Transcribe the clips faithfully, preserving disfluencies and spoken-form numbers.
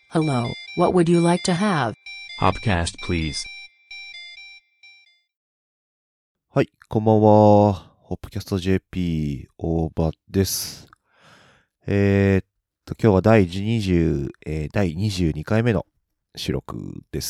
Hello, what would you like to have? Hopcast, please. はい、こんばんは。ホップキャスト ジェーピー 大場です。えー、っと、今日は第にじゅう、えー、第にじゅうにかいめの収録です。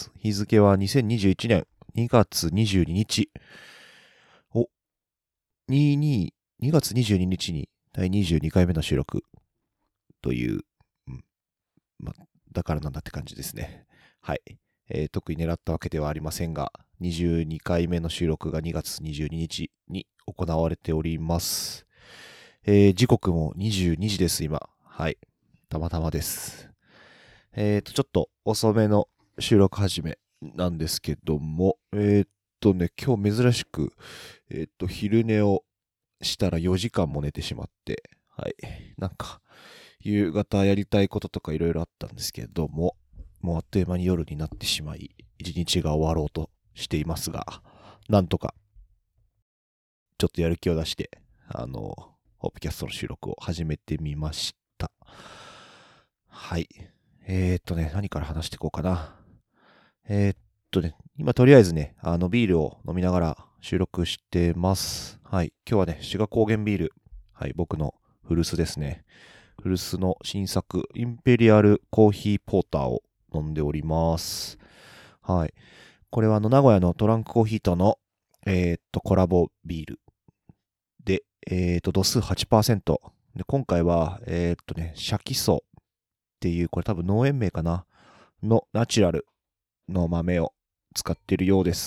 日付はにせんにじゅういちねんにがつにじゅうににち。お、にじゅうに、にがつにじゅうににちに第にじゅうにかいめの収録という、うん、ま、だからなんだって感じですね。はい。えー、特に狙ったわけではありませんが、にじゅうにかいめの収録がにがつにじゅうににちに行われております。えー、時刻もにじゅうにじです、今。はい。たまたまです。えーと、ちょっと遅めの収録始めなんですけども、えーとね、今日珍しく、えーと、昼寝をしたらよじかんも寝てしまって、はい。なんか、夕方やりたいこととかいろいろあったんですけども、もうあっという間に夜になってしまい、一日が終わろうとしていますが、なんとか、ちょっとやる気を出して、あの、ホップキャストの収録を始めてみました。はい。えーっとね、何から話していこうかな。えーっとね、今とりあえずね、あの、ビールを飲みながら収録してます。はい。今日はね、志賀高原ビール。はい、僕の古巣ですね。古巣の新作、インペリアルコーヒーポーターを飲んでおります。はい。これはあの、名古屋のトランクコーヒーとの、えーっと、コラボビールで、えーっと、度数 はちパーセント。で、今回は、えーっとね、シャキソっていう、これ多分農園名かなのナチュラルの豆を使ってるようです。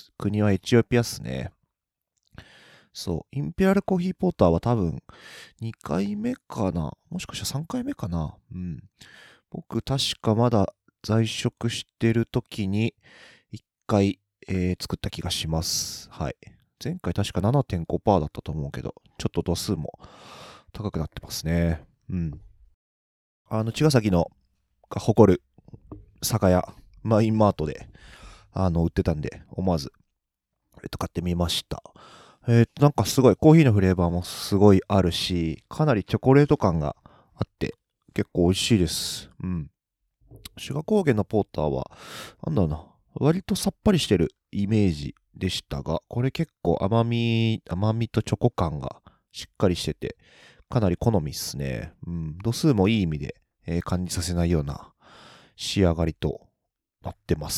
国はエチオピアっすね。そう。インペリアルコーヒーポーターは多分にかいめかな、もしかしたらさんかいめかな。うん。僕確かまだ在職してる時にいっかい、えー作った気がします。はい。前回確か ななてんごパーセント だったと思うけど、ちょっと度数も高くなってますね。うん。あの、茅ヶ崎のが誇る酒屋、マインマートで、あの、売ってたんで、思わず、えっと、買ってみました。えっと、なんかすごい、コーヒーのフレーバーもすごいあるし、かなりチョコレート感があって、結構美味しいです。うん。志賀高原のポーターは、なんだろうな、割とさっぱりしてるイメージでしたが、これ結構甘み、甘みとチョコ感がしっかりしてて、かなり好みっすね。うん。度数もいい意味で、えー感じさせないような仕上がりとなってます。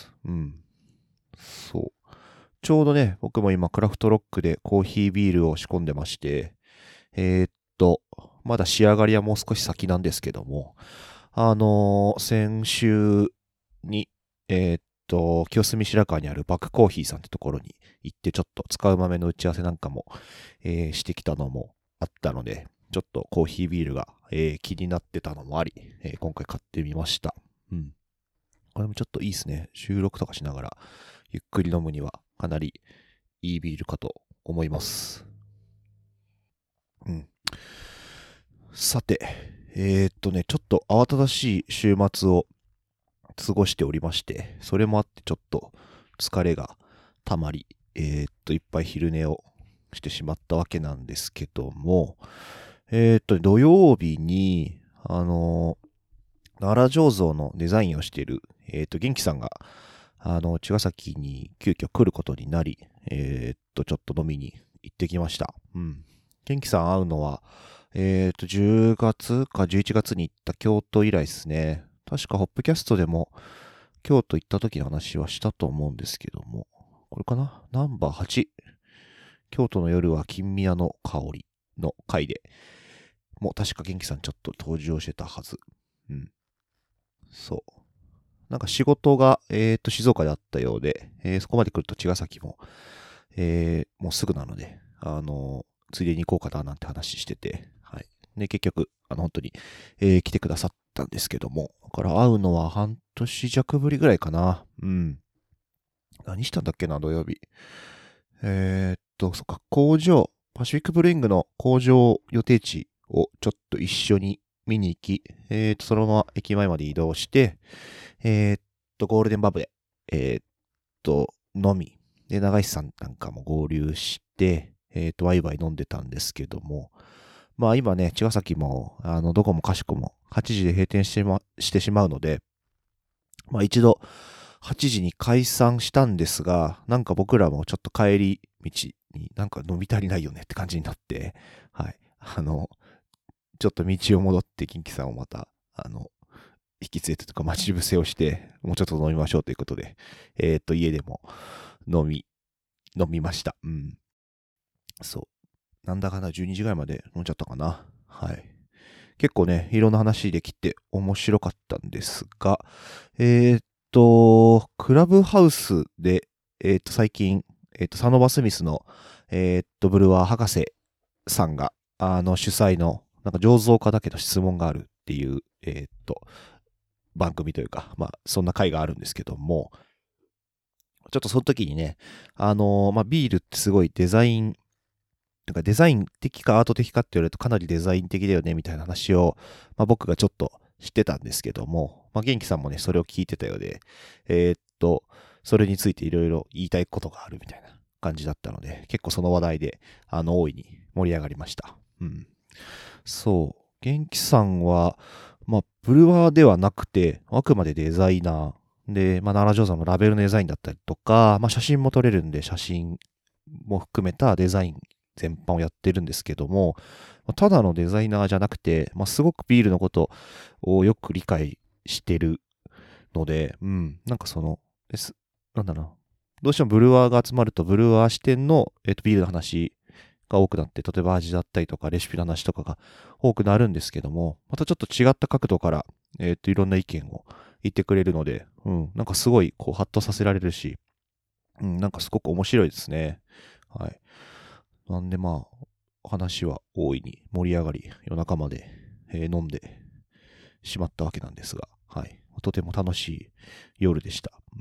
うん。そう。ちょうどね、僕も今クラフトロックでコーヒービールを仕込んでまして、えーっと、まだ仕上がりはもう少し先なんですけども、あのー先週に、えーっと、清澄白河にあるバックコーヒーさんってところに行って、ちょっと使う豆の打ち合わせなんかも、えーしてきたのもあったので、ちょっとコーヒービールが、えー気になってたのもあり、えー今回買ってみました。うん。これもちょっといいですね。収録とかしながら、ゆっくり飲むにはかなりいいビールかと思います。うん。さて、えー、っとね、ちょっと慌ただしい週末を過ごしておりまして、それもあってちょっと疲れがたまり、えー、っと、いっぱい昼寝をしてしまったわけなんですけども、えー、っと、土曜日に、あの、奈良醸造のデザインをしている、えー、っと、元気さんが、あの、茅ヶ崎に急遽来ることになり、えー、っと、ちょっと飲みに行ってきました。うん。元気さん会うのは、えー、っと、じゅうがつかじゅういちがつに行った京都以来ですね。確かホップキャストでも京都行った時の話はしたと思うんですけども、これかなナンバーはち。京都の夜は金宮の香りの回で、もう確か元気さんちょっと登場してたはず。うん。そう。なんか仕事が、えっと、静岡であったようで、えーそこまで来ると茅ヶ崎も、えーもうすぐなので、あのついでに行こうかななんて話してて、はい。で、結局、あの、本当に、えー来てくださったんですけども、だから会うのは半年弱ぶりぐらいかな。うん。何したんだっけな、土曜日。えーっと、そっか、工場、パシフィックブルーイングの工場予定地をちょっと一緒に見に行き、えーっと、そのまま駅前まで移動して、えーっと、ゴールデンバブで、えーっと、飲み、で、長石さんなんかも合流して、えーっと、ワイワイ飲んでたんですけども、 まあ今ね、茅ヶ崎も、あの、どこもかしこもはちじで閉店してま、してしまうので、まあ一度はちじに解散したんですが、なんか僕らもちょっと帰り道になんか飲み足りないよねって感じになって、はい。あの、ちょっと道を戻ってキンキさんをまた、あの、引き連れてとか待ち伏せをして、もうちょっと飲みましょうということで、えっと、家でも飲み、飲みました。うん。そう。なんだかな、じゅうにじぐらいまで飲んじゃったかな。はい。結構ね、いろんな話できて面白かったんですが、えーっと、クラブハウスで、えーっと、最近、えーっと、サノバスミスの、えーっと、ブルワー博士さんが、あの、主催の、なんか醸造家だけど質問があるっていう、えーっと、番組というか、まあ、そんな回があるんですけども、ちょっとその時にね、あのーまあ、ビールってすごいデザイン、なんかデザイン的かアート的かって言われるとかなりデザイン的だよねみたいな話を、まあ、僕がちょっと知ってたんですけども、まあ、元気さんもね、それを聞いてたようで、えーっと、それについていろいろ言いたいことがあるみたいな感じだったので、結構その話題で、あの、大いに盛り上がりました。うん。そう。元気さんは、まあ、ブルワーではなくて、あくまでデザイナーで、まあ、奈良醸造のラベルのデザインだったりとか、まあ、写真も撮れるんで、写真も含めたデザイン全般をやってるんですけども、ただのデザイナーじゃなくて、まあ、すごくビールのことをよく理解してるので、うん、なんかその、です、なんだろうな、どうしてもブルワーが集まると、ブルワー視点の、えっと、ビールの話が多くなって、例えば味だったりとか、レシピの話とかが多くなるんですけども、またちょっと違った角度から、えっと、いろんな意見を言ってくれるので、うん、なんかすごい、こう、ハッとさせられるし、うん、なんかすごく面白いですね。はい。なんでまあ、話は大いに盛り上がり、夜中まで、えー飲んでしまったわけなんですが、はい。とても楽しい夜でした。うん。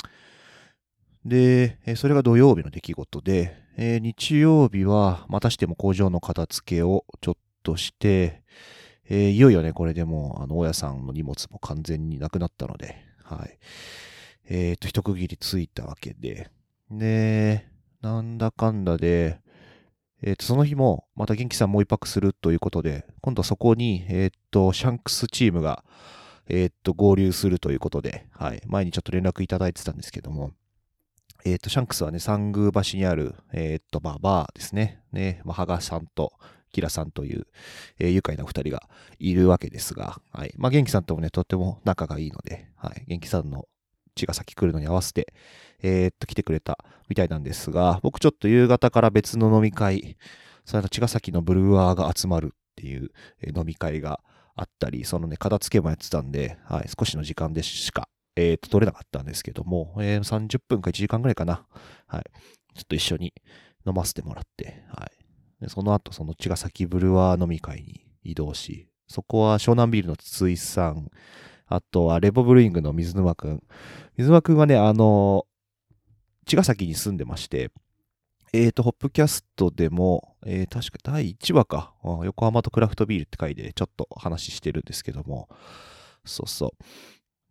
で、えーそれが土曜日の出来事で、えー日曜日はまたしても工場の片付けをちょっとして、えーいよいよね、これでもう、あの、大家さんの荷物も完全になくなったので、はい。えっと、一区切りついたわけで、で、なんだかんだで、えっと、その日も、また元気さんもう一泊するということで、今度はそこに、えっと、シャンクスチームが、えっと、合流するということで、はい。前にちょっと連絡いただいてたんですけども、えっと、シャンクスはね、三宮橋にある、えっと、まあ、バーですね。ね、まあ、羽賀さんと、キラさんという、えー愉快なお二人がいるわけですが、はい。まあ、元気さんともね、とっても仲がいいので、はい。元気さんの茅ヶ崎来るのに合わせて、えーっと、来てくれたみたいなんですが、僕ちょっと夕方から別の飲み会、それの茅ヶ崎のブルワーが集まるっていうえー飲み会があったり、そのね、片付けもやってたんで、はい、少しの時間でしか、えーっと、取れなかったんですけども、えーさんじゅっぷんかいちじかんぐらいかな。はい。ちょっと一緒に飲ませてもらって、はい。でその後、その茅ヶ崎ブルワー飲み会に移動し、そこは湘南ビールの筒井さん、あとはレボブルーイングの水沼くん。水沼くんはね、あの、茅ヶ崎に住んでまして、えーと、ホップキャストでも、えー、確かだいいちわか、横浜とクラフトビールって回でちょっと話してるんですけども、そうそう。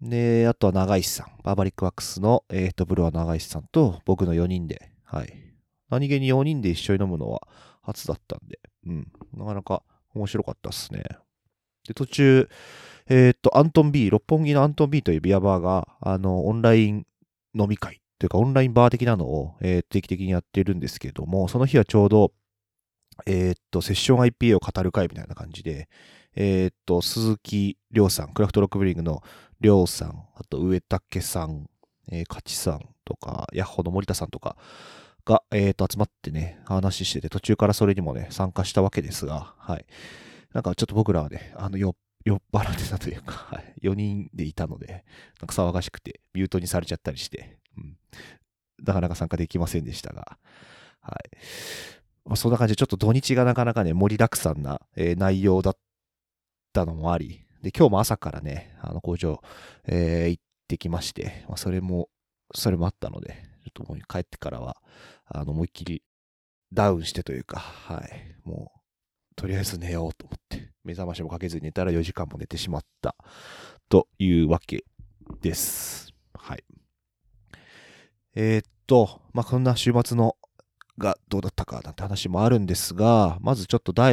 で、あとは長石さん、バーバリックワックスの、えーと、ブルワー長石さんと僕のよにんで、はい。何気によにんで一緒に飲むのは初だったんで、うん、なかなか面白かったっすね。で、途中、えっと、アントン B、六本木のアントン B というビアバーが、あの、オンライン飲み会というか、オンラインバー的なのを、えー定期的にやってるんですけども、その日はちょうど、えっと、セッション アイピーエー を語る会みたいな感じで、えっと、鈴木亮さん、クラフトロックブリングの亮さん、あと上竹さん、えー、勝さんとか、ヤッホーの森田さんとかが、えっと、集まってね、話してて、途中からそれにもね、参加したわけですが、はい。なんかちょっと僕らはね、あの、酔酔っ払ってたというか、はい、よにんでいたので、なんか騒がしくて、ミュートにされちゃったりして、うん、なかなか参加できませんでしたが、はい。まあ、そんな感じで、ちょっと土日がなかなかね、盛りだくさんな、えー内容だったのもあり、で、今日も朝からね、あの工場、えー行ってきまして、まあ、それも、それもあったので、ちょっともう帰ってからは、あの、思いっきりダウンしてというか、はい、もう、とりあえず寝ようと思って、目覚ましもかけずに寝たらよじかんも寝てしまったというわけです。はい。えーっと、まあ、こんな週末のがどうだったかなんて話もあるんですが、まずちょっと第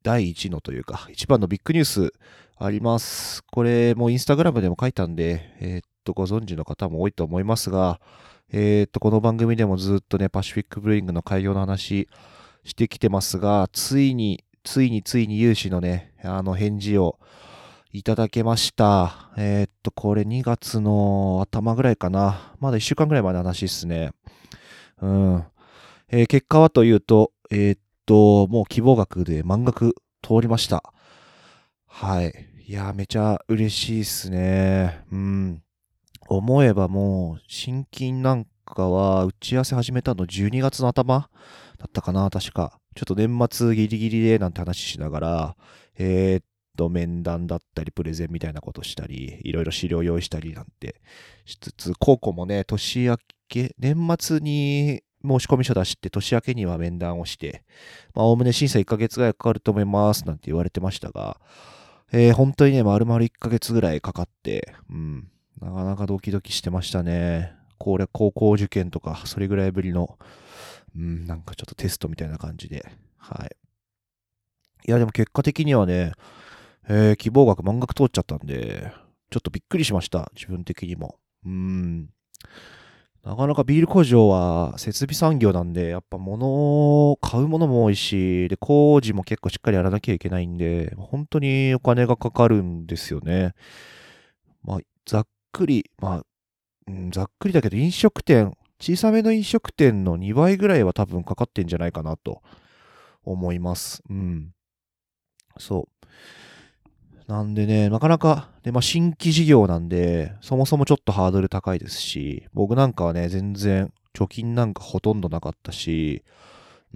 だいいちのというか、一番のビッグニュースあります。これもインスタグラムでも書いたんで、えー、っと、ご存知の方も多いと思いますが、えー、っと、この番組でもずっとね、パシフィックブルーイングの開業の話してきてますが、ついに、ついについに融資のね、あの返事をいただけました。えー、っと、これにがつの頭ぐらいかな。まだいっしゅうかんぐらい前の話ですね。うん。えー結果はというと、えーっと、もう希望額で満額通りました。はい。いやー、めちゃ嬉しいっすね。うん。思えばもう、新金なんかは打ち合わせ始めたのじゅうにがつの頭だったかな、確か。ちょっと年末ギリギリでなんて話しながら、えーっと、面談だったり、プレゼンみたいなことしたり、いろいろ資料用意したりなんてしつつ、高校もね、年明け、年末に申し込み書出して、年明けには面談をして、まあ、おおむね審査いっかげつぐらいかかると思いますなんて言われてましたが、えー本当にね、丸々いっかげつぐらいかかって、うん、なかなかドキドキしてましたね。これ、高校受験とか、それぐらいぶりの、うん、なんかちょっとテストみたいな感じで、はい。いや、でも結果的にはね、えー希望額満額通っちゃったんで、ちょっとびっくりしました、自分的にも。うん。なかなかビール工場は設備産業なんで、やっぱ物を買うものも多いし、で、工事も結構しっかりやらなきゃいけないんで、本当にお金がかかるんですよね。まあ、ざっくり、まあ、うん、ざっくりだけど飲食店、小さめの飲食店のにばいぐらいは多分かかってんじゃないかなと思います。うん。そう。なんでね、なかなか、で、まあ、新規事業なんで、そもそもちょっとハードル高いですし、僕なんかはね、全然、貯金なんかほとんどなかったし、うん、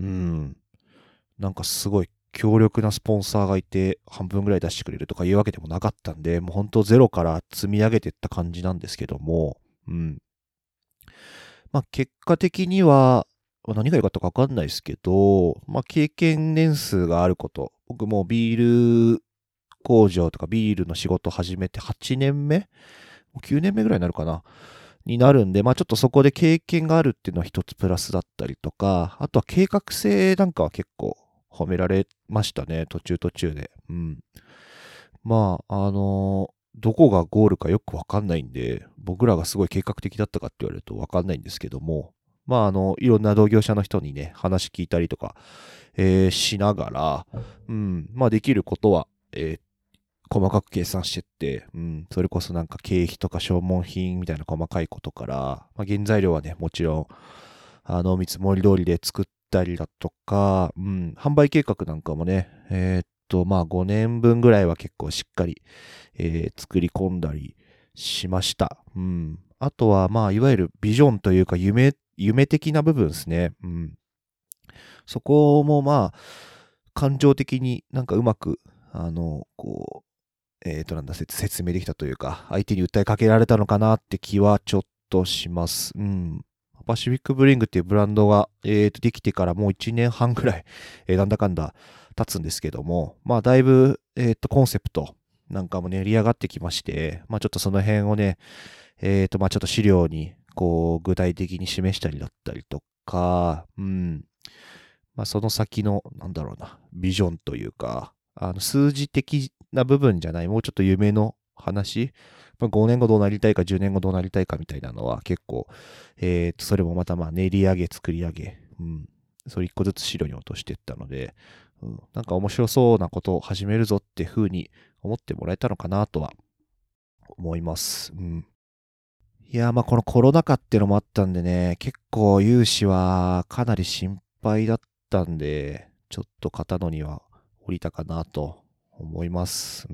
なんかすごい強力なスポンサーがいて、半分ぐらい出してくれるとかいうわけでもなかったんで、もう本当ゼロから積み上げていった感じなんですけども、うん。まあ、結果的には、まあ何が良かったか分かんないですけど、まあ、経験年数があること。僕もビール工場とかビールの仕事を始めてはちねんめもうきゅうねんめぐらいになるかなになるんで、まあちょっとそこで経験があるっていうのは一つプラスだったりとか、あとは計画性なんかは結構褒められましたね、途中途中で。うん。まあ、あのどこがゴールかよくわかんないんで、僕らがすごい計画的だったかって言われるとわかんないんですけども、まあ、あの、いろんな同業者の人にね、話聞いたりとか、えーしながら、うん、まあ、できることは、えー細かく計算してって、うん、それこそなんか経費とか消耗品みたいな細かいことから、まあ、原材料はね、もちろん、あの、見積もり通りで作ったりだとか、うん、販売計画なんかもね、えーっと、まあごねんぶんぐらいは結構しっかり、えー作り込んだりしました。うん。あとは、まあ、いわゆるビジョンというか夢、夢的な部分ですね。うん。そこもまあ、感情的になんかうまく、あの、こう、えっ、と、なんだ、説説明できたというか、相手に訴えかけられたのかなって気はちょっとします。うん。パシフィックブリングっていうブランドが、えーと、できてからもういちねんはんぐらい、えーなんだかんだ経つんですけども、まあ、だいぶ、えっ、と、コンセプトなんかも練り上がってきまして、まあ、ちょっとその辺をね、えっ、と、まあ、ちょっと資料に、こう、具体的に示したりだったりとか、うん。まあ、その先の、なんだろうな、ビジョンというか、あの、数字的な部分じゃない、もうちょっと夢の話、まあ、ごねんごどうなりたいか、じゅうねんごどうなりたいかみたいなのは結構、えーと、それもまたまあ練り上げ、作り上げ、うん、それ一個ずつ資料に落としていったので、うん、なんか面白そうなことを始めるぞって風に思ってもらえたのかなとは思います。うん。いや、まあこのコロナ禍っていうのもあったんでね、結構融資はかなり心配だったんで、ちょっと肩の荷は降りたかなと思います。うん。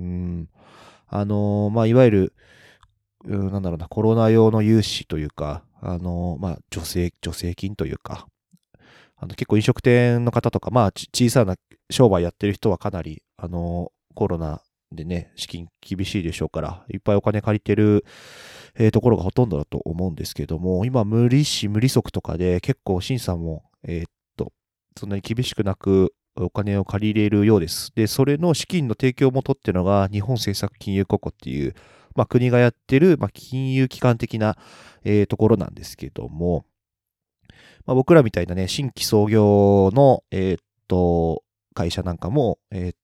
あのーまあいわゆる、うん、なんだろうな、コロナ用の融資というか、あのーまあ助成、助成金というか、あの結構飲食店の方とか、まあち小さな商売やってる人はかなり、あのーコロナでね、資金厳しいでしょうから、いっぱいお金借りてるえーところがほとんどだと思うんですけども、今、無利子、無利息とかで結構審査も、えーっと、そんなに厳しくなくお金を借りれるようです。で、それの資金の提供元っていうのが日本政策金融公庫っていう、まあ国がやってる、まあ金融機関的な、えーところなんですけども、まあ僕らみたいなね、新規創業の、えーっと、会社なんかも、えーっ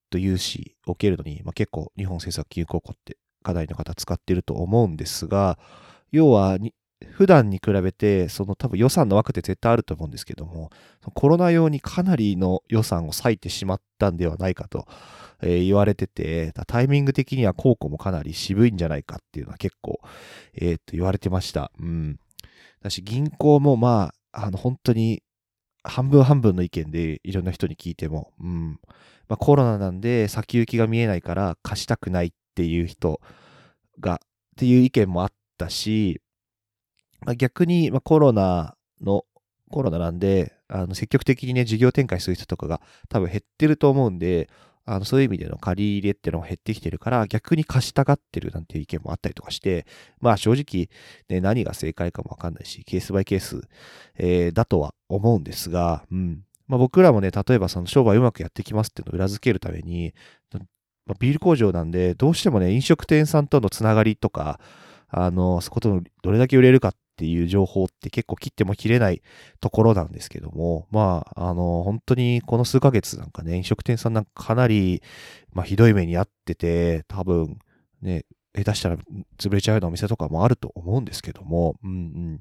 と、融資を受けるのに、まあ、結構日本政策金融高校ってかなりの方使ってると思うんですが、要はに、普段に比べて、その多分予算の枠って絶対あると思うんですけども、コロナ用にかなりの予算を割いてしまったんではないかと、えー言われてて、タイミング的には高校もかなり渋いんじゃないかっていうのは結構、えー、と言われてました。うん。だし銀行もまあ、あの本当に半分半分の意見でいろんな人に聞いても、うん。まあコロナなんで先行きが見えないから貸したくないっていう人が、っていう意見もあったし、まあ、逆に、まあ、コロナの、コロナなんで、あの積極的にね、事業展開する人とかが多分減ってると思うんで、あのそういう意味での借り入れってのが減ってきてるから、逆に貸したがってるなんていう意見もあったりとかして、まあ正直、ね、何が正解かもわかんないし、ケースバイケース、えーだとは思うんですが、うん。まあ、僕らもね、例えばその商売うまくやってきますっていうのを裏付けるために、まあ、ビール工場なんで、どうしてもね、飲食店さんとのつながりとか、あの、そことのどれだけ売れるかっていう情報って結構切っても切れないところなんですけども、まあ、あの、本当にこの数ヶ月なんかね、飲食店さんなんかかなり、まあ、ひどい目に遭ってて、多分、ね、下手したら潰れちゃうようなお店とかもあると思うんですけども、うんうん、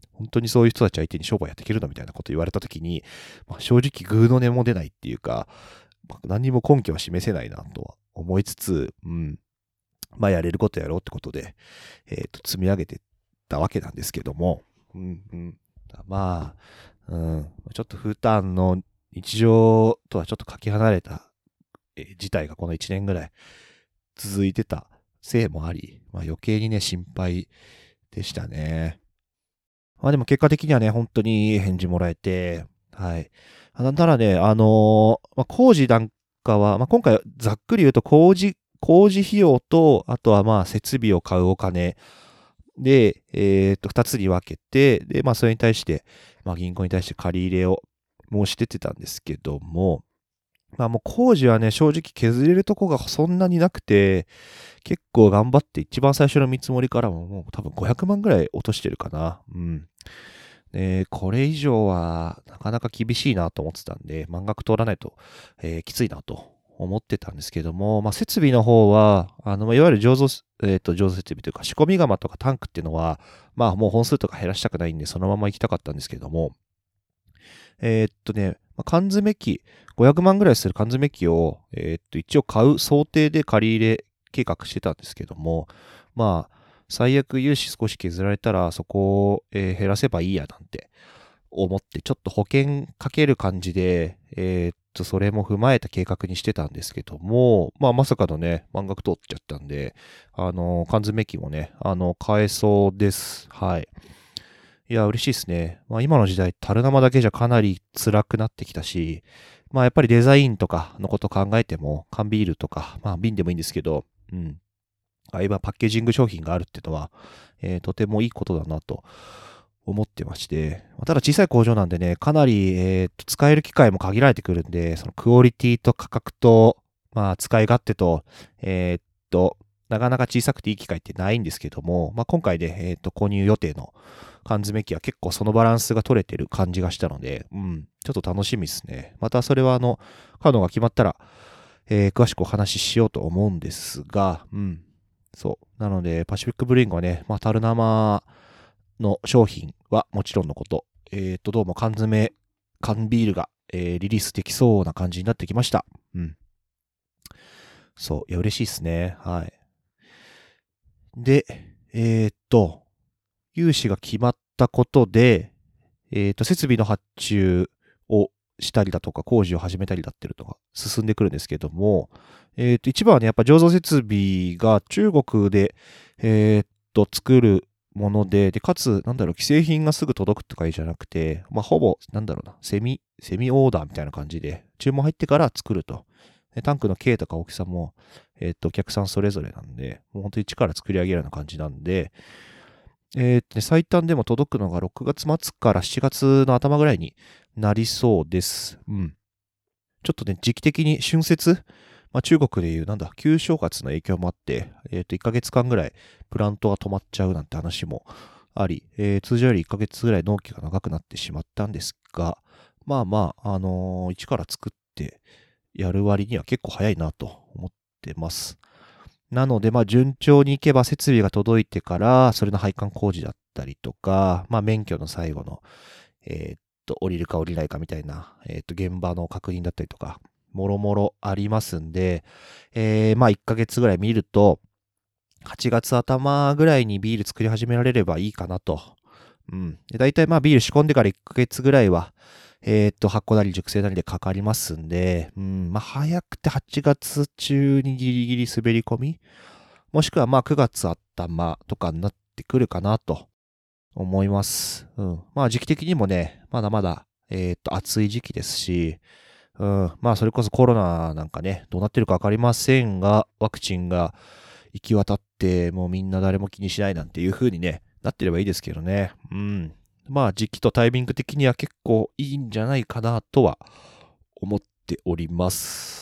本当にそういう人たち相手に商売やっていけるのみたいなこと言われたときに、まあ、正直グーの音も出ないっていうか、まあ、何にも根拠は示せないなとは思いつつ、うん、まあやれることやろうってことで、えっ、と、積み上げてったわけなんですけども、うんうん、まあ、うん、ちょっと普段の日常とはちょっとかけ離れた、えー事態がこのいちねんぐらい続いてたせいもあり、まあ、余計にね、心配でしたね。まあでも結果的にはね、本当にいい返事もらえて、はい。なんならね、あのーまあ、工事なんかは、まあ、今回ざっくり言うと工事、工事費用と、あとはまあ設備を買うお金で、えっと、二つに分けて、で、まあそれに対して、まあ銀行に対して借り入れを申し出てたんですけども、まあもう工事はね、正直削れるとこがそんなになくて、結構頑張って一番最初の見積もりからももう多分ごひゃくまんぐらい落としてるかな。うん。で、これ以上はなかなか厳しいなと思ってたんで、満額通らないと、えーきついなと思ってたんですけども、まあ設備の方は、あの、まあいわゆる醸造、えっと、醸造設備というか仕込み窯とかタンクっていうのは、まあもう本数とか減らしたくないんで、そのまま行きたかったんですけども、えーっとね、まあ缶詰機、ごひゃくまんぐらいする缶詰機を、えーっと、一応買う想定で借り入れ計画してたんですけども、まあ、最悪融資少し削られたら、そこを、えー減らせばいいやなんて思って、ちょっと保険かける感じで、えーっと、それも踏まえた計画にしてたんですけども、まあ、まさかのね、満額通っちゃったんで、あの、缶詰機もね、あの、買えそうです。はい。いや、嬉しいですね。まあ今の時代、樽生だけじゃかなり辛くなってきたし、まあやっぱりデザインとかのこと考えても、缶ビールとか、まあ瓶でもいいんですけど、うん。ああ今パッケージング商品があるっていうのは、えーとてもいいことだなと思ってまして、ただ小さい工場なんでね、かなり、えーと使える機械も限られてくるんで、そのクオリティと価格と、まあ使い勝手と、えーっと、なかなか小さくていい機械ってないんですけども、まあ今回で、えーと購入予定の缶詰機は結構そのバランスが取れてる感じがしたので、うん、ちょっと楽しみですね。またそれはあの、買うのが決まったら、えー詳しくお話ししようと思うんですが、うん、そう。なので、パシフィックブリューイングはね、まあ、タル生の商品はもちろんのこと、えっ、と、どうも缶詰、缶ビールが、えーリリースできそうな感じになってきました。うん。そう。いや、嬉しいですね。はい。で、えっ、と、融資が決まったことで、えっ、と、設備の発注をしたりだとか、工事を始めたりだってるとか、進んでくるんですけども、えっ、と、一番はね、やっぱ醸造設備が中国で、えっ、と、作るもので、で、かつ、なんだろう、既製品がすぐ届くとかじゃなくて、まあ、ほぼ、なんだろうな、セミ、セミオーダーみたいな感じで、注文入ってから作ると。でタンクの径とか大きさも、えっ、と、お客さんそれぞれなんで、もう本当に一から作り上げるような感じなんで、えーっとね、最短でも届くのがろくがつ末からしちがつの頭ぐらいになりそうです。うん。ちょっとね、時期的に春節、まあ、中国でいう、なんだ、旧正月の影響もあって、えーっと、いっかげつかんぐらいプラントが止まっちゃうなんて話もあり、えー通常よりいっかげつぐらい納期が長くなってしまったんですが、まあまあ、あのー一から作って、 やる割には結構早いなと思ってます。なので、まあ、順調にいけば設備が届いてから、それの配管工事だったりとか、まあ、免許の最後の、えーっと、降りるか降りないかみたいな、えーっと、現場の確認だったりとか、もろもろありますんで、えー、まあ、いっかげつぐらい見ると、はちがつ頭ぐらいにビール作り始められればいいかなと。うん。で、大体まあビール仕込んでからいっかげつぐらいは、えーっと、発酵なり熟成なりでかかりますんで、うん、まあ早くてはちがつ中にギリギリ滑り込み、もしくはまあくがつ頭とかになってくるかなと思います。うん。まあ時期的にもね、まだまだ、えーっと、暑い時期ですし、うん。まあそれこそコロナなんかね、どうなってるかわかりませんが、ワクチンが行き渡って、もうみんな誰も気にしないなんていう風にね、なってればいいですけどね。うん。まあ時期とタイミング的には結構いいんじゃないかなとは思っております。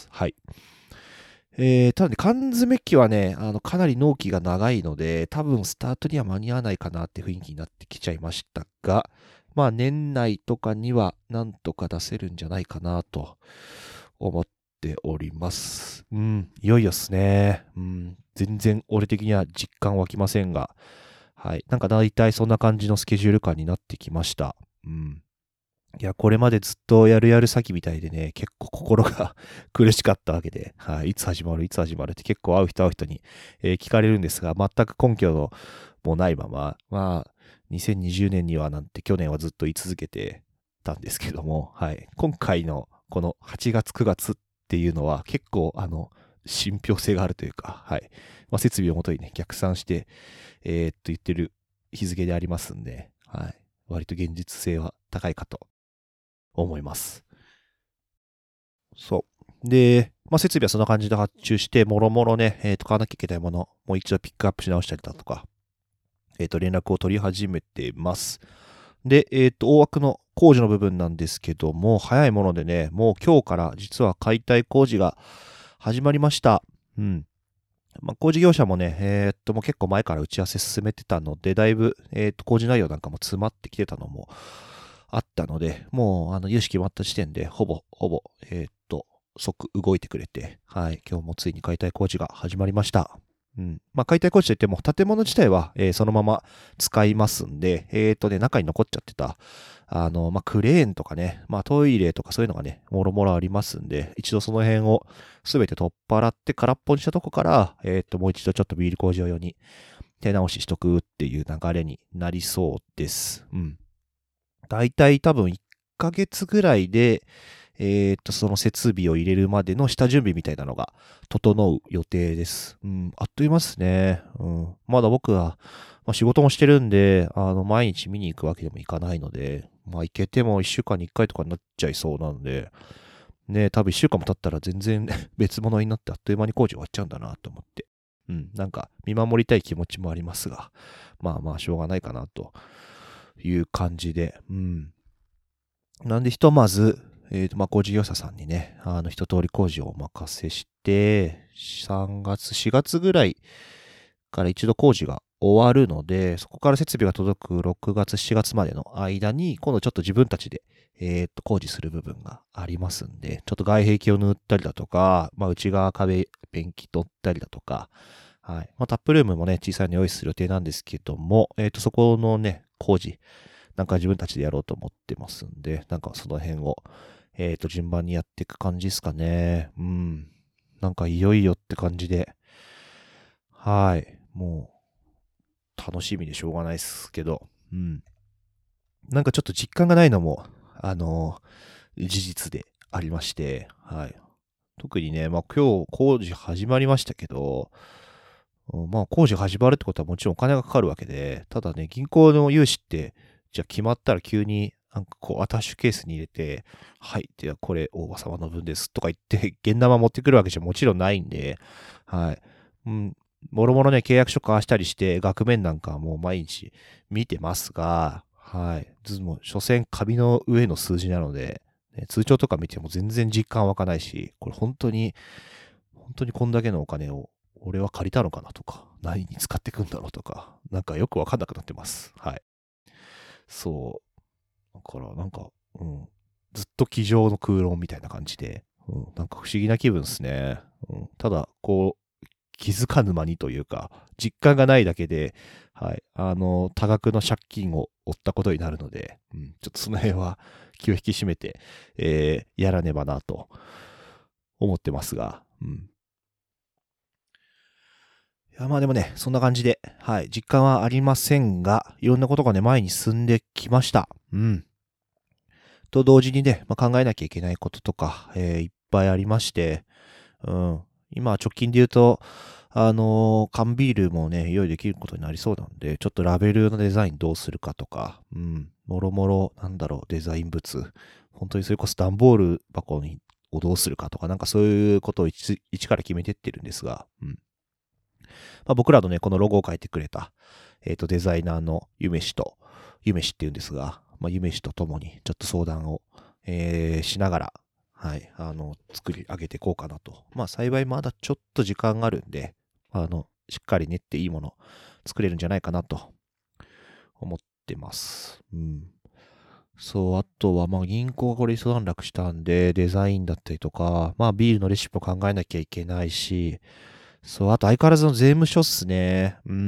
はい。えー、ただね、缶詰機はね、あの、かなり納期が長いので、多分スタートには間に合わないかなって雰囲気になってきちゃいましたが、まあ年内とかにはなんとか出せるんじゃないかなと思っております。うん、いよいよっすね。うん、全然俺的には実感湧きませんが、はい。なんか大体そんな感じのスケジュール感になってきました。うん。いや、これまでずっとやるやる先みたいでね、結構心が苦しかったわけで、はい、いつ始まる、いつ始まるって結構会う人会う人に、えー聞かれるんですが、全く根拠のもないまま、まあ、にせんにじゅうねんにはなんて去年はずっと言い続けてたんですけども、はい、今回のこのはちがつくがつっていうのは結構あの、信憑性があるというか、はい、まあ、設備をもとにね、逆算して、えーっと言ってる日付でありますんで、はい、割と現実性は高いかと思います。そう。で、まあ、設備はそんな感じで発注して、もろもろね、えっ、と、買わなきゃいけないもの、もう一度ピックアップし直したりだとか、えっ、と、連絡を取り始めてます。で、えっ、と、大枠の工事の部分なんですけども、早いものでね、もう今日から実は解体工事が始まりました。うん。まあ、工事業者もね、えっ、と、もう結構前から打ち合わせ進めてたので、だいぶ、えっ、と、工事内容なんかも詰まってきてたのもあったので、もう、あの、融資決まった時点で、ほぼ、ほぼ、えっ、と、即動いてくれて、はい、今日もついに解体工事が始まりました。うん。まあ、解体工事といっても、建物自体は、えーそのまま使いますんで、えっ、とね、中に残っちゃってた、あの、まあ、クレーンとかね、まあ、トイレとかそういうのがね、もろもろありますんで、一度その辺をすべて取っ払って空っぽにしたとこから、えっ、と、もう一度ちょっとビール工場用に手直ししとくっていう流れになりそうです。うん。だいたい多分いっかげつぐらいで、えーっと、その設備を入れるまでの下準備みたいなのが整う予定です。うん、あっという間ですね。うん。まだ僕は、まあ、仕事もしてるんで、あの、毎日見に行くわけでもいかないので、まあ、行けてもいっしゅうかんにいっかいとかになっちゃいそうなので、ね、多分いっしゅうかんも経ったら全然別物になってあっという間に工事終わっちゃうんだなと思って。うん、なんか見守りたい気持ちもありますが、まあまあしょうがないかなという感じで、うん。なんでひとまず、えっ、と、まあ、工事業者さんにね、あの、一通り工事をお任せして、さんがつ、しがつぐらいから一度工事が終わるので、そこから設備が届くろくがつ、しちがつまでの間に、今度ちょっと自分たちで、えっ、と、工事する部分がありますんで、ちょっと外壁を塗ったりだとか、まあ、内側壁、ペンキ取ったりだとか、はい。まあ、タップルームもね、小さいの用意する予定なんですけども、えっ、と、そこのね、工事、なんか自分たちでやろうと思ってますんで、なんかその辺を、えっ、と、順番にやっていく感じですかね。うん。なんかいよいよって感じで、はい。もう、楽しみでしょうがないですけど、うん。なんかちょっと実感がないのも、あの事実でありまして、はい。特にね、まあ今日工事始まりましたけど、まあ工事始まるってことはもちろんお金がかかるわけで、ただね、銀行の融資って、じゃあ決まったら急になんかこうアタッシュケースに入れて、はい、ではこれ大場様の分ですとか言って、現玉持ってくるわけじゃもちろんないんで、はい。うん、もろもろね、契約書交わしたりして、額面なんかはもう毎日見てますが、はい。ずもう、所詮紙の上の数字なので、ね、通帳とか見ても全然実感湧かないし、これ本当に、本当にこんだけのお金を俺は借りたのかなとか、何に使ってくんだろうとか、なんかよくわかんなくなってます。はい。そう。だからなんか、うん。ずっと机上の空論みたいな感じで、 うん、なんか不思議な気分ですね。うん、ただ、こう、気づかぬ間にというか、実感がないだけで、はい、あの、多額の借金を負ったことになるので、うん、ちょっとその辺は気を引き締めて、えー、やらねばなと思ってますが、うん。いや、まあでもね、そんな感じで、はい、実感はありませんが、いろんなことがね、前に進んできました。うん。と同時にね、まあ、考えなきゃいけないこととか、えー、いっぱいありまして、うん。今、直近で言うと、あのー缶ビールもね、用意できることになりそうなんで、ちょっとラベルのデザインどうするかとか、うん。もろもろ、なんだろう、デザイン物。本当にそれこそ段ボール箱にをどうするかとか、なんかそういうことを一一から決めてってるんですが、うん。まあ、僕らのね、このロゴを書いてくれた、えっ、と、デザイナーのゆめしと、ゆめしって言うんですが、まあ、ゆめしとともにちょっと相談を、えーしながら、はい、あの、作り上げていこうかなと。まあ、幸いまだちょっと時間があるんで、あの、しっかり練っていいもの作れるんじゃないかなと思ってます。うん。そう、あとは、まあ、銀行がこれ一段落したんで、デザインだったりとか、まあ、ビールのレシピも考えなきゃいけないし、そう、あと相変わらずの税務署っすね。うん、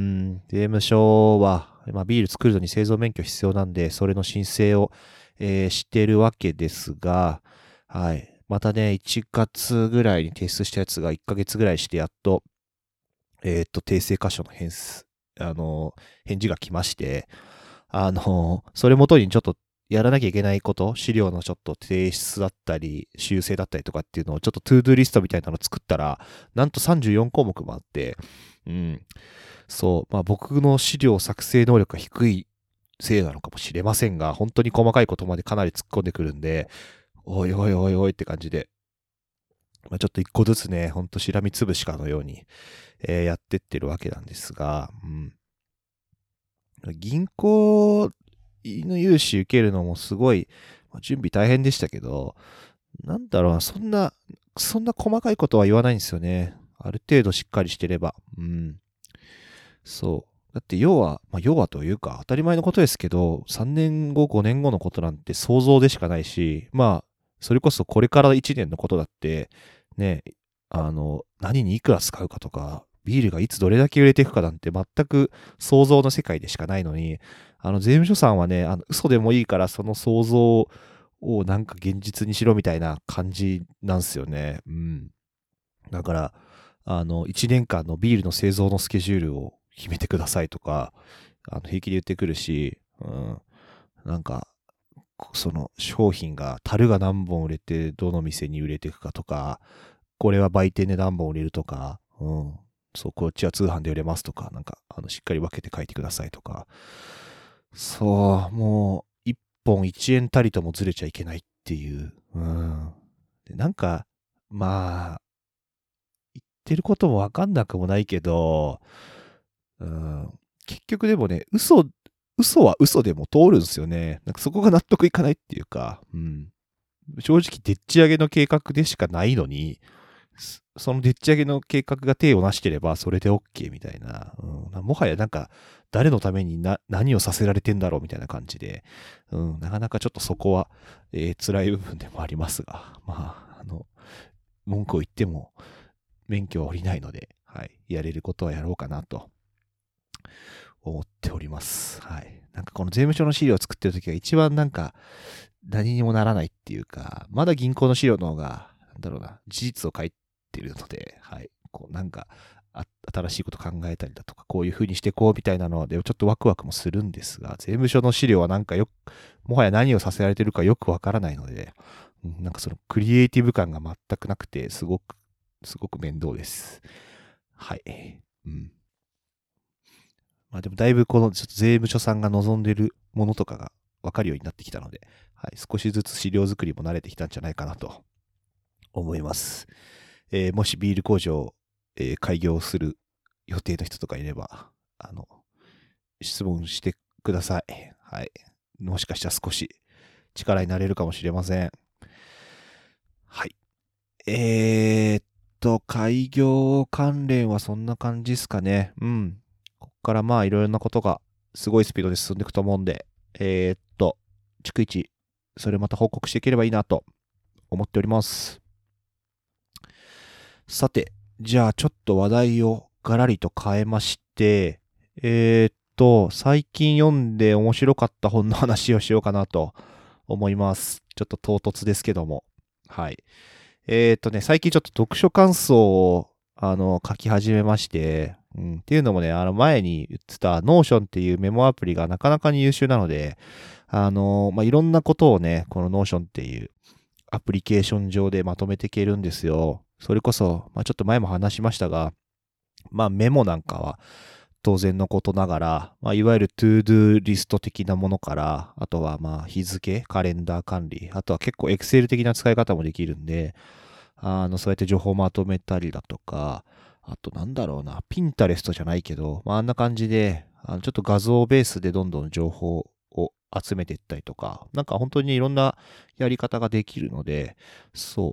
税務署は、まあ、ビール作るのに製造免許必要なんで、それの申請を、えーしてるわけですが、はい。またね、いちがつぐらいに提出したやつがいっかげつぐらいしてやっと、えっと、訂正箇所の返す、あの、返事が来まして、あの、それもとにちょっとやらなきゃいけないこと、資料のちょっと提出だったり、修正だったりとかっていうのをちょっとトゥードゥリストみたいなのを作ったら、なんとさんじゅうよんこうもくもあって、うん。そう、まあ僕の資料作成能力が低いせいなのかもしれませんが、本当に細かいことまでかなり突っ込んでくるんで、おいおいおいおいって感じで、まあ、ちょっと一個ずつね、ほんとしらみつぶしかのように、えーやってってるわけなんですが、うん。銀行の融資受けるのもすごい、準備大変でしたけど、なんだろうな、そんな、そんな細かいことは言わないんですよね。ある程度しっかりしてれば。うん。そう。だって要は、まあ要はというか当たり前のことですけど、さんねんご、ごねんごのことなんて想像でしかないし、まあ、それこそこれからいちねんのことだって、ね、あの、何にいくら使うかとか、ビールがいつどれだけ売れていくかなんて全く想像の世界でしかないのに、あの、税務署さんはね、あの、嘘でもいいからその想像をなんか現実にしろみたいな感じなんすよね。うん。だから、あの、いちねんかんのビールの製造のスケジュールを決めてくださいとか、あの、平気で言ってくるし、うん。なんか、その商品が、樽が何本売れて、どの店に売れていくかとか、これは売店で何本売れるとか、うん。そう、こっちは通販で売れますとか、なんか、あの、しっかり分けて書いてくださいとか、そう、もう、いっぽんいちえんたりともずれちゃいけないっていう、うん。でなんか、まあ、言ってることもわかんなくもないけど、うん、結局でもね、嘘、嘘は嘘でも通るんですよね。なんかそこが納得いかないっていうか、うん、正直でっち上げの計画でしかないのに、そのでっち上げの計画が手をなしてればそれで OK みたいな、うん、もはやなんか誰のためにな何をさせられてんだろうみたいな感じで、うん、なかなかちょっとそこは、えー辛い部分でもありますが、まあ、あの、文句を言っても免許は下りないので、はい、やれることはやろうかなと思っております。はい。なんかこの税務署の資料を作ってる時が一番なんか何にもならないっていうか、まだ銀行の資料の方が、なんだろうな、事実を書いてるので、はい。こうなんか、新しいこと考えたりだとか、こういう風にしていこうみたいなので、ちょっとワクワクもするんですが、税務署の資料はなんかよく、もはや何をさせられてるかよくわからないので、なんかそのクリエイティブ感が全くなくて、すごく、すごく面倒です。はい。うん。まあでもだいぶこのちょっと税務署さんが望んでるものとかがわかるようになってきたので、はい、少しずつ資料作りも慣れてきたんじゃないかなと思います。えーもしビール工場を、えー開業する予定の人とかいれば、あの、質問してください。はい。もしかしたら少し力になれるかもしれません。はい。えーっと、開業関連はそんな感じですかね。うん。こっからまあいろいろなことがすごいスピードで進んでいくと思うんで、えーっと、逐一、それまた報告していければいいなと思っております。 さて、じゃあちょっと話題をガラリと変えまして、えーっと、最近読んで面白かった本の話をしようかなと思います。ちょっと唐突ですけども。はい。えーっとね、最近ちょっと読書感想を、あの、書き始めまして、うん、っていうのもね、あの前に言ってた Notion っていうメモアプリがなかなかに優秀なので、あの、まあ、いろんなことをね、この Notion っていうアプリケーション上でまとめていけるんですよ。それこそ、まあ、ちょっと前も話しましたが、まあメモなんかは当然のことながら、まあ、いわゆる To-Do リスト的なものから、あとはまあ日付、カレンダー管理、あとは結構 Excel 的な使い方もできるんで、あの、そうやって情報をまとめたりだとか、あとなんだろうな、ピンタレストじゃないけど、まあ、あんな感じで、あのちょっと画像ベースでどんどん情報を集めていったりとか、なんか本当にいろんなやり方ができるので、そう、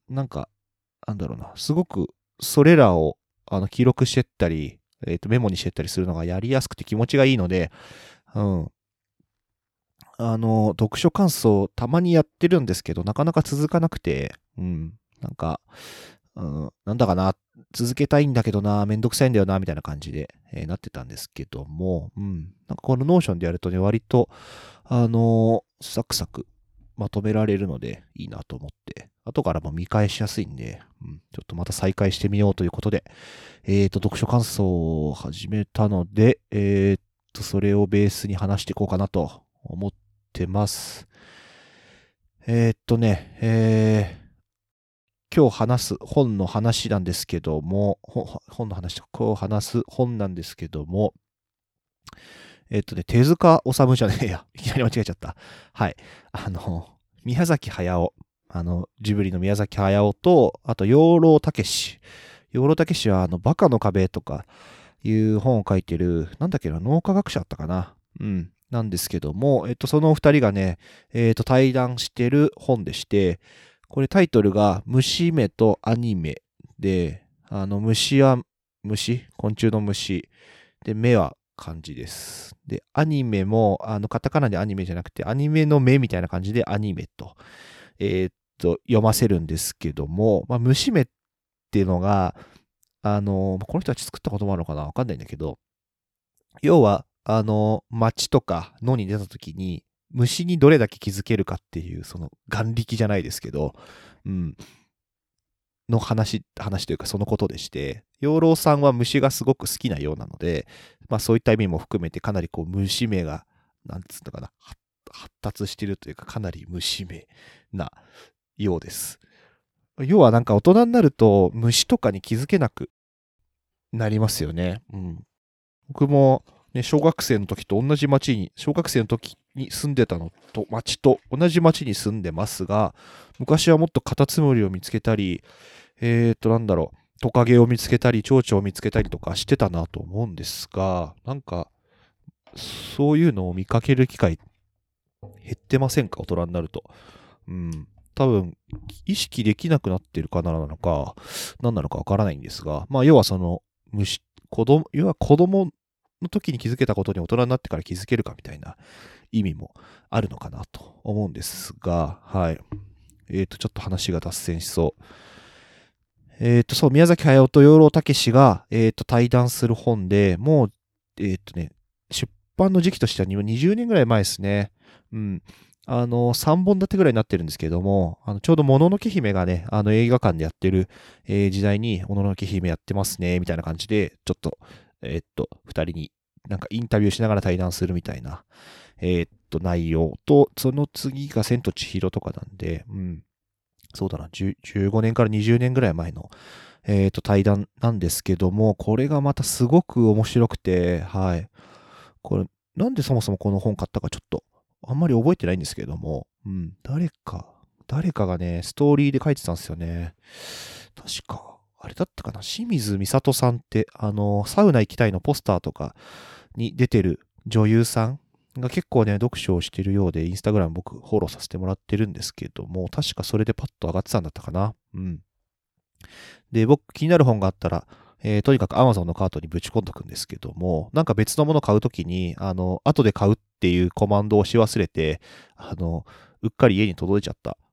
なんか、なんだろうな、すごくそれらをあの記録してったり、えっと、メモにしてったりするのがやりやすくて気持ちがいいので、うん。あの、読書感想たまにやってるんですけど、なかなか続かなくて、うん。なんか、うん、なんだかな、続けたいんだけどな、めんどくさいんだよな、みたいな感じで、えーなってたんですけども、うん。なんかこのノーションでやるとね、割と、あのーサクサクまとめられるので、いいなと思って、後からも見返しやすいんで、うん、ちょっとまた再開してみようということで、えっと、読書感想を始めたので、えっと、それをベースに話していこうかなと思ってます。えっとね、えー、今日話す本の話なんですけども、本の話、今日話す本なんですけども、えっとね、手塚治虫じゃねえや。いきなり間違えちゃった。はい。あの、宮崎駿。あの、ジブリの宮崎駿と、あと、養老たけし。養老たけしは、あの、バカの壁とかいう本を書いてる、なんだっけな、脳科学者だったかな。うん。なんですけども、えっと、そのお二人がね、えっと、対談してる本でして、これタイトルが、虫目とアニメで、あの、虫は虫、昆虫の虫。で、目は漢字です。で、アニメも、あの、カタカナでアニメじゃなくて、アニメの目みたいな感じでアニメと、えーっと、読ませるんですけども、まあ、虫目っていうのが、あの、この人たち作った言葉なのかなわかんないんだけど、要は、あの、街とか野に出た時に、虫にどれだけ気づけるかっていう、その眼力じゃないですけど、うん、の話、話というかそのことでして、養老さんは虫がすごく好きなようなので、まあそういった意味も含めてかなりこう虫目が、なんつうのかな、発達しているというかかなり虫目なようです。要はなんか大人になると虫とかに気づけなくなりますよね。うん。僕もね、小学生の時と同じ町に、小学生の時に住んでたのと、町と同じ町に住んでますが、昔はもっとカタツムリを見つけたり、えーと、なんだろう、トカゲを見つけたり、蝶々を見つけたりとかしてたなと思うんですが、なんか、そういうのを見かける機会減ってませんか、大人になると。うん。多分、意識できなくなってるかなのか、何なのかわからないんですが、まあ、要はその、虫、子供、要は子供の時に気づけたことに大人になってから気づけるかみたいな意味もあるのかなと思うんですが、はい。えっ、ー、と、ちょっと話が脱線しそう。えっ、ー、と、そう、宮崎駿と養老たけしが、えっ、ー、と、対談する本で、もう、えっ、とね、出版の時期としてはにじゅうねんぐらい前ですね。うん。あの、さんぼん立てぐらいになってるんですけども、あのちょうどもののけ姫がね、あの映画館でやってる、えー時代に、もののけ姫やってますね、みたいな感じで、ちょっと、えっと、二人になんかインタビューしながら対談するみたいな、えっと、内容と、その次が千と千尋とかなんで、うん。そうだな、じゅうごねんからにじゅうねんぐらい前の、えっと、対談なんですけども、これがまたすごく面白くて、はい。これ、なんでそもそもこの本買ったかちょっと、あんまり覚えてないんですけども、うん、誰か、誰かがね、ストーリーで書いてたんですよね。確か、あれだったかな、清水美里さんって、あの、サウナ行きたいのポスターとかに出てる女優さんが結構ね、読書をしてるようで、インスタグラム僕フォローさせてもらってるんですけども、確かそれでパッと上がってたんだったかな。うん。で、僕気になる本があったら、えーとにかく Amazon のカートにぶち込んどくんですけども、なんか別のもの買うときに、あの、後で買うっていうコマンドを押し忘れて、あの、うっかり家に届いちゃった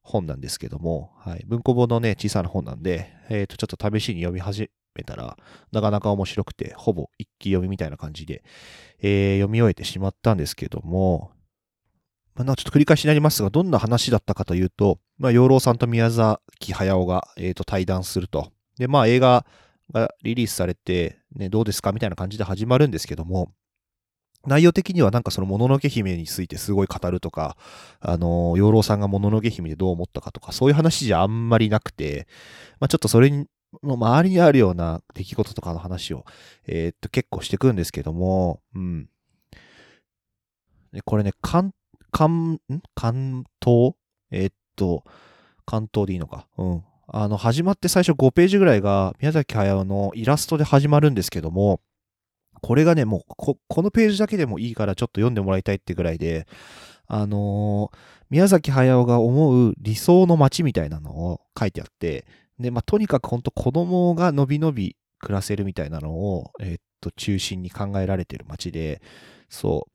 本なんですけども、はい、文庫本のね、小さな本なんで、えっと、ちょっと試しに読み始めたら、なかなか面白くて、ほぼ一気読みみたいな感じで、えー読み終えてしまったんですけども、まあ、なちょっと繰り返しになりますが、どんな話だったかというと、まあ、養老さんと宮崎駿が、えーと対談すると。で、まあ、映画がリリースされて、ね、どうですかみたいな感じで始まるんですけども、内容的にはなんかそのもののけ姫についてすごい語るとか、あの、養老さんがもののけ姫でどう思ったかとか、そういう話じゃあんまりなくて、まあ、ちょっとそれの周りにあるような出来事とかの話を、えーっと、結構してくんですけども、うん。でこれね、関、関、ん関東えーっと、関東でいいのか。うん。あの、始まって最初ごページぐらいが宮崎駿のイラストで始まるんですけども、これがね、もうこ、このページだけでもいいからちょっと読んでもらいたいってぐらいで、あのー宮崎駿が思う理想の街みたいなのを書いてあって、で、まあ、とにかく本当子供がのびのび暮らせるみたいなのを、えーっと、中心に考えられてる街で、そう、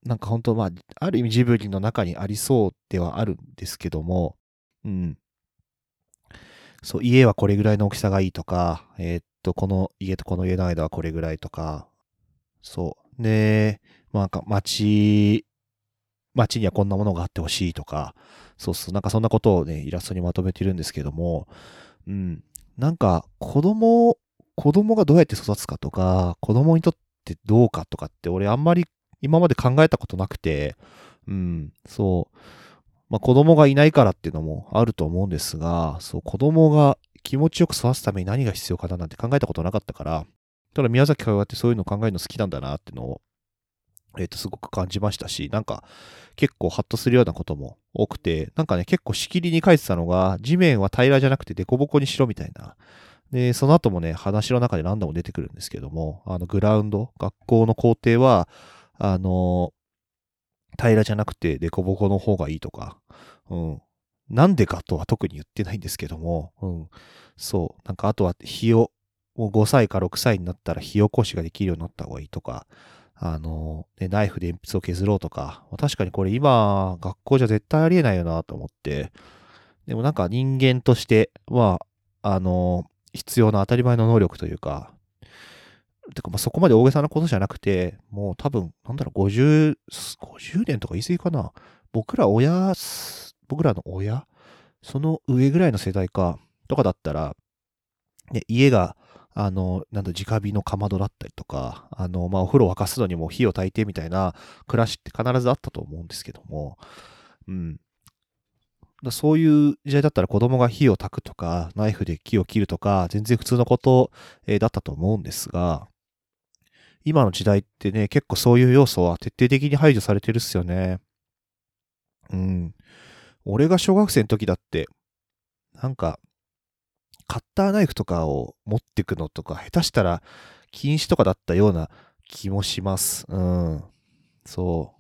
なんか本当まあ、ある意味ジブリの中にありそうではあるんですけども、うん。そう、家はこれぐらいの大きさがいいとか、えーっと、この家とこの家の間はこれぐらいとか、そう。で、まあ、なんか街、街にはこんなものがあってほしいとか、そうそう、なんかそんなことをね、イラストにまとめてるんですけども、うん。なんか、子供、子供がどうやって育つかとか、子供にとってどうかとかって、俺あんまり今まで考えたことなくて、うん、そう。まあ子供がいないからっていうのもあると思うんですが、そう、子供が気持ちよく育つために何が必要かななんて考えたことなかったから、ただ宮崎駿ってそういうの考えるの好きなんだなっていうのを、えっと、すごく感じましたし、なんか結構ハッとするようなことも多くて、なんかね、結構しきりに書いてたのが、地面は平らじゃなくて凸凹にしろみたいな。で、その後もね、話の中で何度も出てくるんですけども、あの、グラウンド、学校の校庭は、あの、平らじゃなくて凸凹の方がいいとか、うん。なんでかとは特に言ってないんですけども、うん。そう。なんかあとは火を、もうごさいかろくさいになったら火起こしができるようになった方がいいとか、あの、ね、ナイフで鉛筆を削ろうとか、確かにこれ今、学校じゃ絶対ありえないよなと思って、でもなんか人間として、まあ、あの、必要な当たり前の能力というか、てかまあそこまで大げさなことじゃなくて、もう多分、なんだろう、ごじゅう、ごじゅうねんとか言い過ぎかな。僕ら親、僕らの親その上ぐらいの世代か、とかだったら、ね、家が、あの、なんだ、直火のかまどだったりとか、あの、まあ、お風呂沸かすのにも火を焚いてみたいな暮らしって必ずあったと思うんですけども、うん。だそういう時代だったら子供が火を焚くとか、ナイフで木を切るとか、全然普通のこと、えーだったと思うんですが、今の時代ってね、結構そういう要素は徹底的に排除されてるっすよね。うん。俺が小学生の時だって、なんか、カッターナイフとかを持ってくのとか、下手したら禁止とかだったような気もします。うん。そう。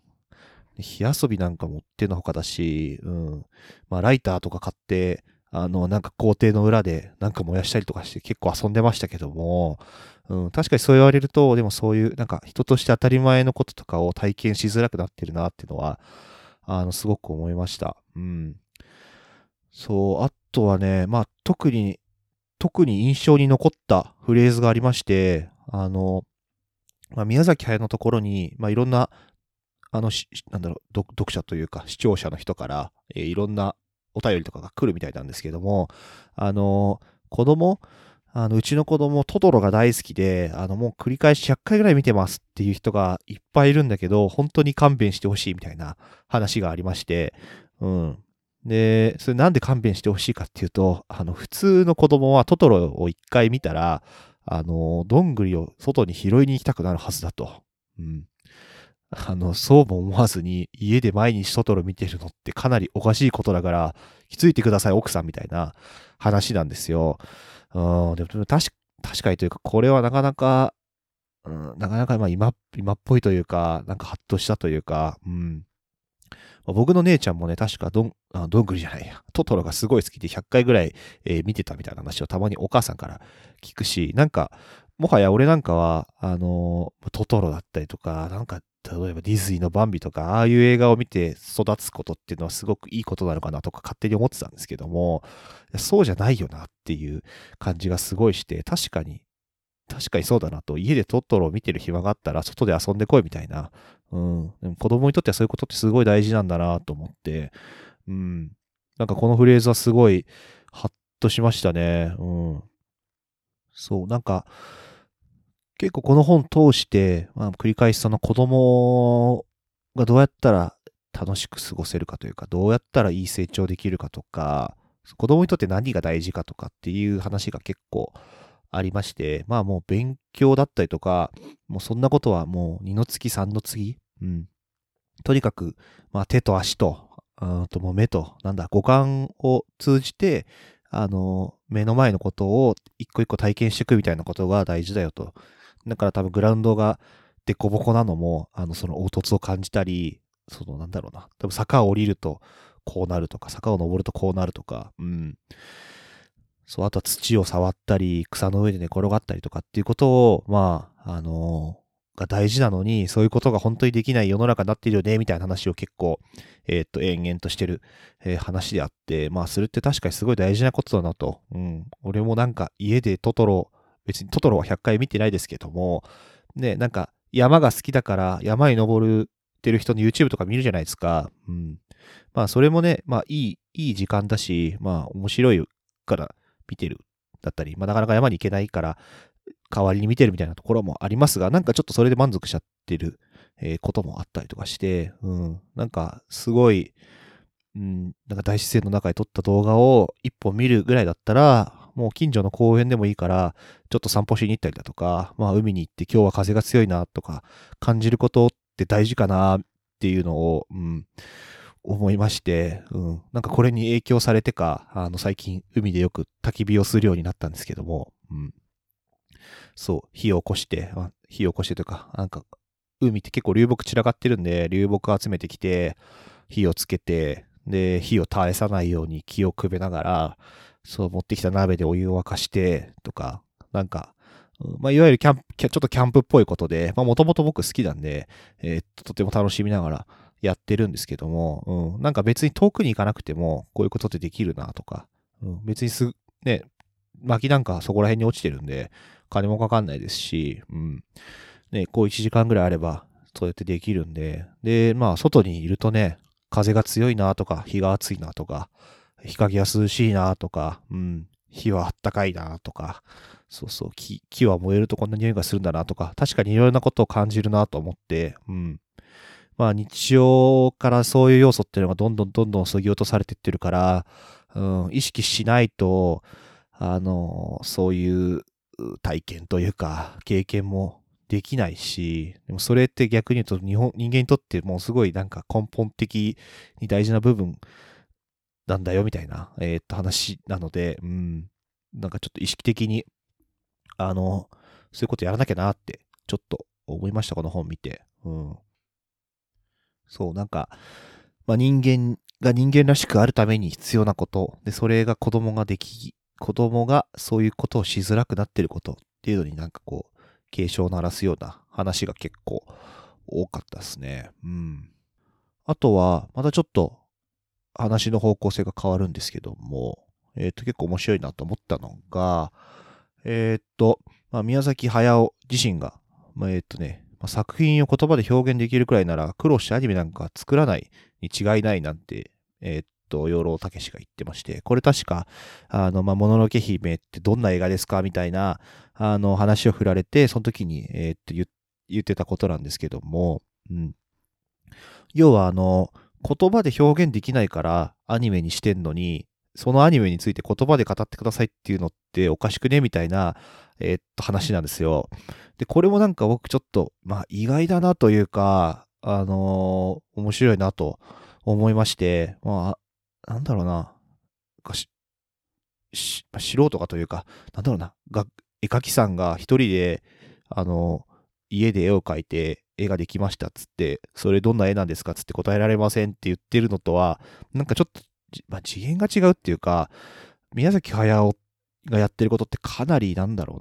火遊びなんか持ってのほかだし、うん。まあ、ライターとか買って、あの、なんか校庭の裏でなんか燃やしたりとかして結構遊んでましたけども、うん、確かにそう言われると、でもそういうなんか人として当たり前のこととかを体験しづらくなってるなっていうのは、あの、すごく思いました。うん。そう、あとはね、まあ、特に特に印象に残ったフレーズがありまして、あの、まあ、宮崎駿のところに、まあ、いろんな、あの、しなんだろう、読読者というか視聴者の人から、えーいろんなお便りとかが来るみたいなんですけども、あの、子供、あの、うちの子供、トトロが大好きで、あの、もう繰り返しひゃっかいぐらい見てますっていう人がいっぱいいるんだけど、本当に勘弁してほしいみたいな話がありまして、うん。で、それなんで勘弁してほしいかっていうと、あの、普通の子供はトトロを一回見たら、あの、どんぐりを外に拾いに行きたくなるはずだと。うん。あの、そうも思わずに家で毎日トトロ見てるのってかなりおかしいことだから、気づいてください奥さんみたいな話なんですよ。うん、でも確確かにというか、これはなかなか、うん、なかなかまあ今、今っぽいというか、なんかハッとしたというか、うん。僕の姉ちゃんもね、確かどん、あどんぐりじゃないや、トトロがすごい好きでひゃっかいぐらい、えー見てたみたいな話をたまにお母さんから聞くし、なんか、 もはや俺なんかは、あの、トトロだったりとか、なんか、例えばディズニーのバンビとか、ああいう映画を見て育つことっていうのはすごくいいことなのかなとか勝手に思ってたんですけども、そうじゃないよなっていう感じがすごいして、確かに、確かにそうだなと、家でトトロを見てる暇があったら外で遊んでこいみたいな、うん、でも子供にとってはそういうことってすごい大事なんだなと思って、うん、なんかこのフレーズはすごい、ハッとしましたね。うん。そう、なんか、結構この本通して、まあ、繰り返しその子供がどうやったら楽しく過ごせるかというか、どうやったらいい成長できるかとか、子供にとって何が大事かとかっていう話が結構ありまして、まあもう勉強だったりとか、もうそんなことはもう二の次三の次、うん。とにかく、まあ手と足と、うんともう目と、なんだ、五感を通じて、あの、目の前のことを一個一個体験していくみたいなことが大事だよと。だから多分グラウンドがデコボコなのも、あの、その凹凸を感じたり、そのなんだろうな。多分坂を降りるとこうなるとか、坂を登るとこうなるとか、うん。そう、あとは土を触ったり、草の上で寝転がったりとかっていうことを、まあ、あのが大事なのに、そういうことが本当にできない世の中になっているよね、みたいな話を結構、えーっと、延々としてる、えー話であって、まあ、それって確かにすごい大事なことだなと。うん。俺もなんか家でトトロ、別にトトロはひゃっかい見てないですけども、ね、なんか山が好きだから山に登ってる人の YouTube とか見るじゃないですか。うん。まあ、それもね、まあ、いい、いい時間だし、まあ、面白いから見てる。だったり、まあ、なかなか山に行けないから、代わりに見てるみたいなところもありますが、なんかちょっとそれで満足しちゃってる、えーこともあったりとかして、うん、なんかすごい、うん、なんか大自然の中で撮った動画を一本見るぐらいだったら、もう近所の公園でもいいから、ちょっと散歩しに行ったりだとか、まあ海に行って今日は風が強いなとか、感じることって大事かなっていうのを、うん、思いまして、うん、なんかこれに影響されてか、あの最近海でよく焚き火をするようになったんですけども、うん、そう、火を起こして、あ火を起こしてというか、なんか、海って結構流木散らかってるんで、流木集めてきて、火をつけて、で、火を絶やさないように気をくべながら、そう持ってきた鍋でお湯を沸かして、とか、なんか、うんまあ、いわゆるキャンプ、ちょっとキャンプっぽいことで、まあ、もともと僕好きなんで、えーっと、とても楽しみながらやってるんですけども、うん、なんか別に遠くに行かなくても、こういうことってできるなとか、うん、別にす、ね、薪なんかそこら辺に落ちてるんで、金もかかんないですし、うん。ね、こういちじかんぐらいあれば、そうやってできるんで、で、まあ、外にいるとね、風が強いなとか、日が暑いなとか、日陰が涼しいなとか、うん、火はあったかいなとか、そうそう、木、木は燃えるとこんな匂いがするんだなとか、確かにいろいろなことを感じるなと思って、うん。まあ、日常からそういう要素っていうのがどんどんどんどん削ぎ落とされていってるから、うん、意識しないと、あの、そういう体験というか、経験もできないし、でもそれって逆に言うと日本、人間にとってもうすごいなんか根本的に大事な部分なんだよみたいな、えーっと話なので、うん、なんかちょっと意識的に、あの、そういうことやらなきゃなって、ちょっと思いました、この本見て。うん。そう、なんか、まあ、人間が人間らしくあるために必要なこと、で、それが子供ができ、子供がそういうことをしづらくなっていることっていうのになんかこう、警鐘を鳴らすような話が結構多かったですね。うん。あとは、またちょっと話の方向性が変わるんですけども、えっ、と、結構面白いなと思ったのが、えっ、と、まあ、宮崎駿自身が、まあ、えっ、とね、まあ、作品を言葉で表現できるくらいなら苦労してアニメなんか作らないに違いないなんて、えっ、と、養老たけしが言ってまして、これ確か、あの、まあ、もののけ姫ってどんな映画ですかみたいな、あの、話を振られて、その時に、えっ、と言、言ってたことなんですけども、うん。要は、あの、言葉で表現できないからアニメにしてんのに、そのアニメについて言葉で語ってくださいっていうのっておかしくねみたいな、えーっと、話なんですよ。で、これもなんか僕ちょっと、まあ意外だなというか、あのー面白いなと思いまして、まあ、なんだろうな、かしし素人がというか、なんだろうな、が絵描きさんが一人で、あのー家で絵を描いて、絵ができましたっつって、それどんな絵なんですかっつって答えられませんって言ってるのとは、なんかちょっと、まあ、次元が違うっていうか、宮崎駿がやってることってかなりなんだろうな。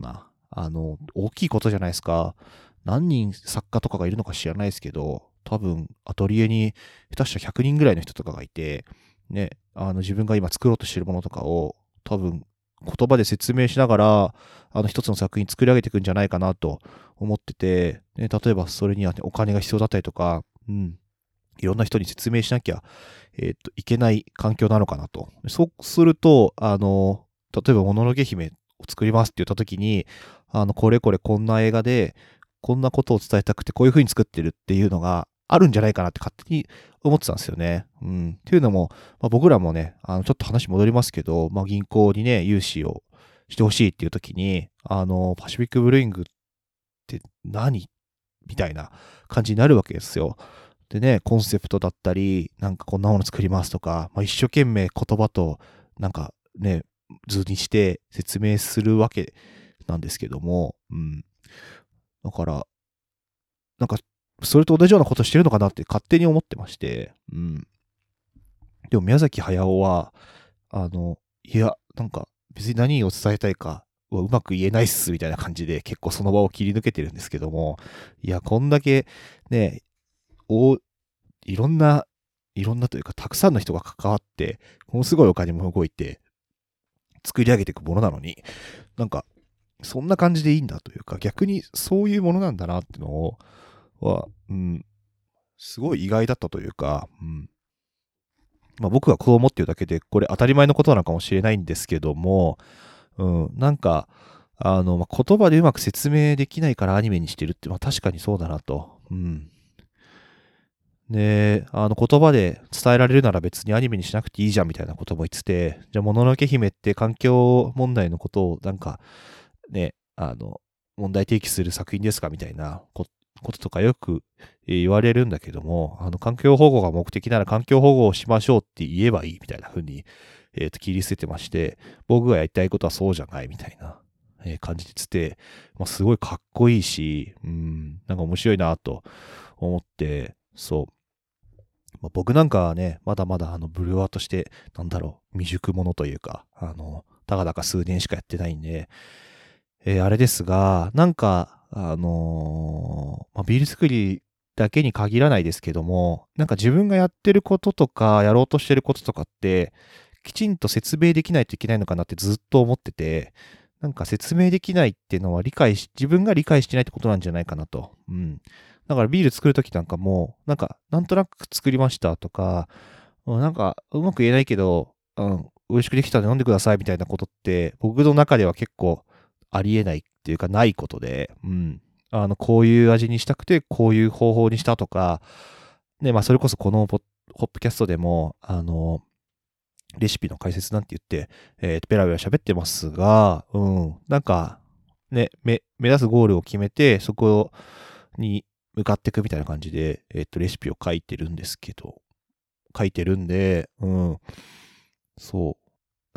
あの、大きいことじゃないですか。何人作家とかがいるのか知らないですけど、多分アトリエに下手したらひゃくにんぐらいの人とかがいて、ね、あの自分が今作ろうとしているものとかを多分言葉で説明しながら、あの一つの作品作り上げていくんじゃないかなと思ってて、ね、例えばそれには、ね、お金が必要だったりとか、うん、いろんな人に説明しなきゃ、えっと、いけない環境なのかなと。そうすると、あの、例えばもののけ姫を作りますって言った時に、あの、これこれこんな映画で、こんなことを伝えたくてこういう風に作ってるっていうのがあるんじゃないかなって勝手に思ってたんですよね。うん。っていうのも、まあ、僕らもね、あの、ちょっと話戻りますけど、まあ、銀行にね、融資をしてほしいっていう時に、あの、パシフィックブルーイングって何みたいな感じになるわけですよ。でね、コンセプトだったり、なんかこんなもの作りますとか、まあ、一生懸命言葉と、なんかね、図にして説明するわけなんですけども、うん。だから、なんか、それと同じようなことしてるのかなって勝手に思ってまして、うん。でも宮崎駿は、あの、いや、なんか別に何を伝えたいかはうまく言えないっすみたいな感じで結構その場を切り抜けてるんですけども、いや、こんだけね、お、いろんな、いろんなというかたくさんの人が関わって、ものすごいお金も動いて作り上げていくものなのに、なんか、そんな感じでいいんだというか、逆にそういうものなんだなってのを、は、うん、すごい意外だったというか、うん。まあ僕がこう思ってるだけで、これ当たり前のことなのかもしれないんですけども、うん、なんか、あの、まあ、言葉でうまく説明できないからアニメにしてるって、まあ確かにそうだなと。うん。で、あの言葉で伝えられるなら別にアニメにしなくていいじゃんみたいなことも言ってて、じゃあ、もののけ姫って環境問題のことをなんか、ね、あの、問題提起する作品ですかみたいなこととかよく言われるんだけども、あの、環境保護が目的なら環境保護をしましょうって言えばいいみたいな風に、えっと、切り捨ててまして、僕がやりたいことはそうじゃないみたいな、えー感じでつって、まあ、すごいかっこいいし、うん、なんか面白いなと思って、そう。まあ、僕なんかはね、まだまだあの、ブルワーとして、なんだろう、未熟者というか、あの、たかだか数年しかやってないんで、えーあれですが、なんか、あのーまあ、ビール作りだけに限らないですけども、なんか自分がやってることとか、やろうとしてることとかって、きちんと説明できないといけないのかなってずっと思ってて、なんか説明できないっていうのは理解し、自分が理解してないってことなんじゃないかなと。うん。だからビール作るときなんかも、なんか、なんとなく作りましたとか、うんなんか、うまく言えないけど、うん、美味しくできたんで飲んでくださいみたいなことって、僕の中では結構ありえないっていうかないことで、うん。あの、こういう味にしたくて、こういう方法にしたとか、ね、まあ、それこそこのポッホップキャストでも、あの、レシピの解説なんて言って、えー、ペラペラ喋ってますが、うん、なんか、ね、目、目指すゴールを決めて、そこに向かっていくみたいな感じで、えっと、レシピを書いてるんですけど、書いてるんで、うん、そう。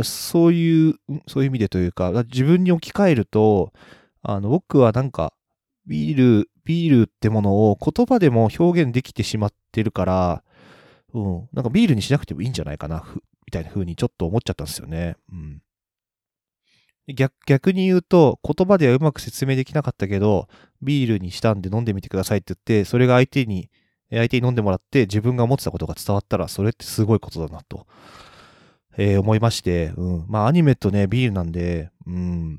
そういう、そういう意味でというか、自分に置き換えると、あの、僕はなんか、ビール、ビールってものを言葉でも表現できてしまってるから、うん、なんかビールにしなくてもいいんじゃないかな、ふみたいな風にちょっと思っちゃったんですよね。うん。逆、逆に言うと、言葉ではうまく説明できなかったけど、ビールにしたんで飲んでみてくださいって言って、それが相手に、相手に飲んでもらって自分が思ってたことが伝わったら、それってすごいことだなと、えー思いまして、うん。まあアニメとね、ビールなんで、うん。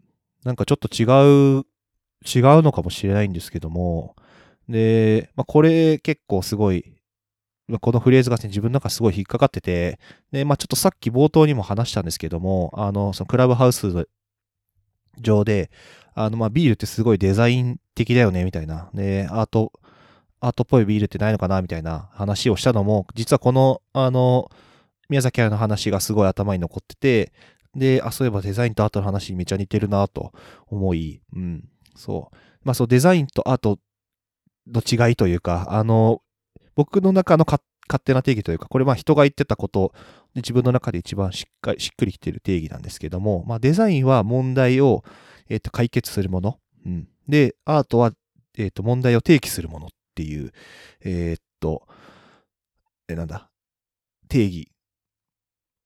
なんかちょっと違う、違うのかもしれないんですけども、で、まあこれ結構すごい、まあこのフレーズがね、自分の中すごい引っかかってて、で、まあちょっとさっき冒頭にも話したんですけども、あの、そのクラブハウス上で、あの、まあ、ビールってすごいデザイン的だよね、みたいな。で、アート、アートっぽいビールってないのかな、みたいな話をしたのも、実はこの、あの、宮崎駿の話がすごい頭に残ってて、で、あ、そういえばデザインとアートの話にめっちゃ似てるなと思い、うん、そう。まあ、そう、デザインとアートの違いというか、あの、僕の中の勝手な定義というか、これまあ人が言ってたことで自分の中で一番しっかり、しっくりきてる定義なんですけども、まあデザインは問題を、えっと解決するもの。うん、で、アートは、えっと問題を提起するものっていう、えーっと、え、なんだ、定義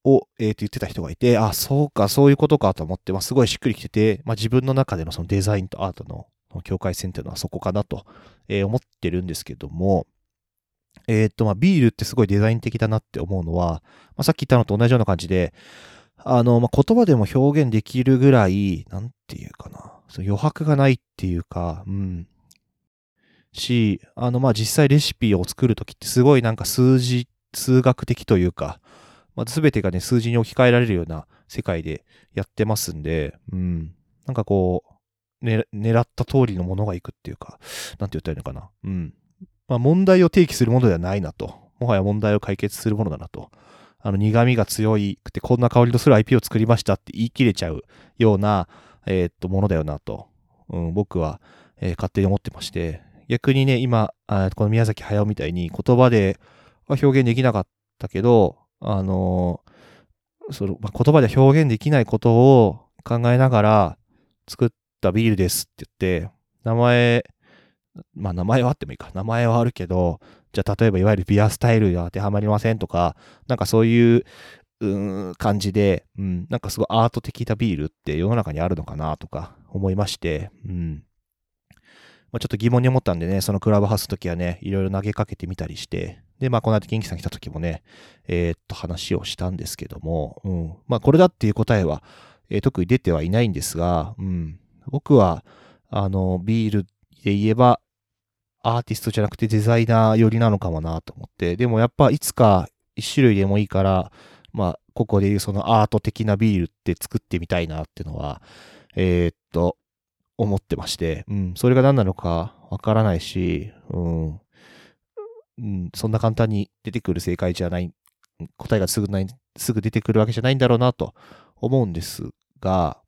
を、えー、と言ってた人がいて、あ、そうか、そういうことかと思って、まあ、すごいしっくりきてて、まあ、自分の中でのそのデザインとアートの境界線っていうのはそこかなと、えー思ってるんですけども、えっと、まあ、ビールってすごいデザイン的だなって思うのは、まあ、さっき言ったのと同じような感じで、あの、まあ、言葉でも表現できるぐらい、なんていうかな、その余白がないっていうか、うん。し、あの、まあ、実際レシピを作るときってすごいなんか数字、数学的というか、まあ、全てがね、数字に置き換えられるような世界でやってますんで、うん。なんかこう、ね、狙った通りのものがいくっていうか、なんて言ったらいいのかな。うん。まあ、問題を提起するものではないなと。もはや問題を解決するものだなと。あの、苦味が強いくて、こんな香りのする アイピー を作りましたって言い切れちゃうような、えーっと、ものだよなと。うん、僕は、えー勝手に思ってまして。逆にね、今、あこの宮崎駿みたいに言葉では表現できなかったけど、あのーその、まあ、言葉で表現できないことを考えながら作ったビールですって言って、名前、まあ名前はあってもいいか。名前はあるけど、じゃあ例えばいわゆるビアスタイルに当てはまりませんとか、なんかそういう、うーん感じで、うん、なんかすごいアート的なビールって世の中にあるのかなとか思いまして、うん。まあ、ちょっと疑問に思ったんでね、そのクラブハウスの時はね、いろいろ投げかけてみたりして、で、まあ、この間、キンキさん来た時もね、えーっと、話をしたんですけども、うん。まあ、これだっていう答えは、えー特に出てはいないんですが、うん。僕は、あの、ビールで言えば、アーティストじゃなくてデザイナー寄りなのかもなと思って、でもやっぱいつか一種類でもいいから、まあ、ここでいうそのアート的なビールって作ってみたいなっていうのは、えーっと、思ってまして、うん、それが何なのかわからないし、うん、うん、そんな簡単に出てくる正解じゃない、答えがすぐない、すぐ出てくるわけじゃないんだろうなと思うんですが、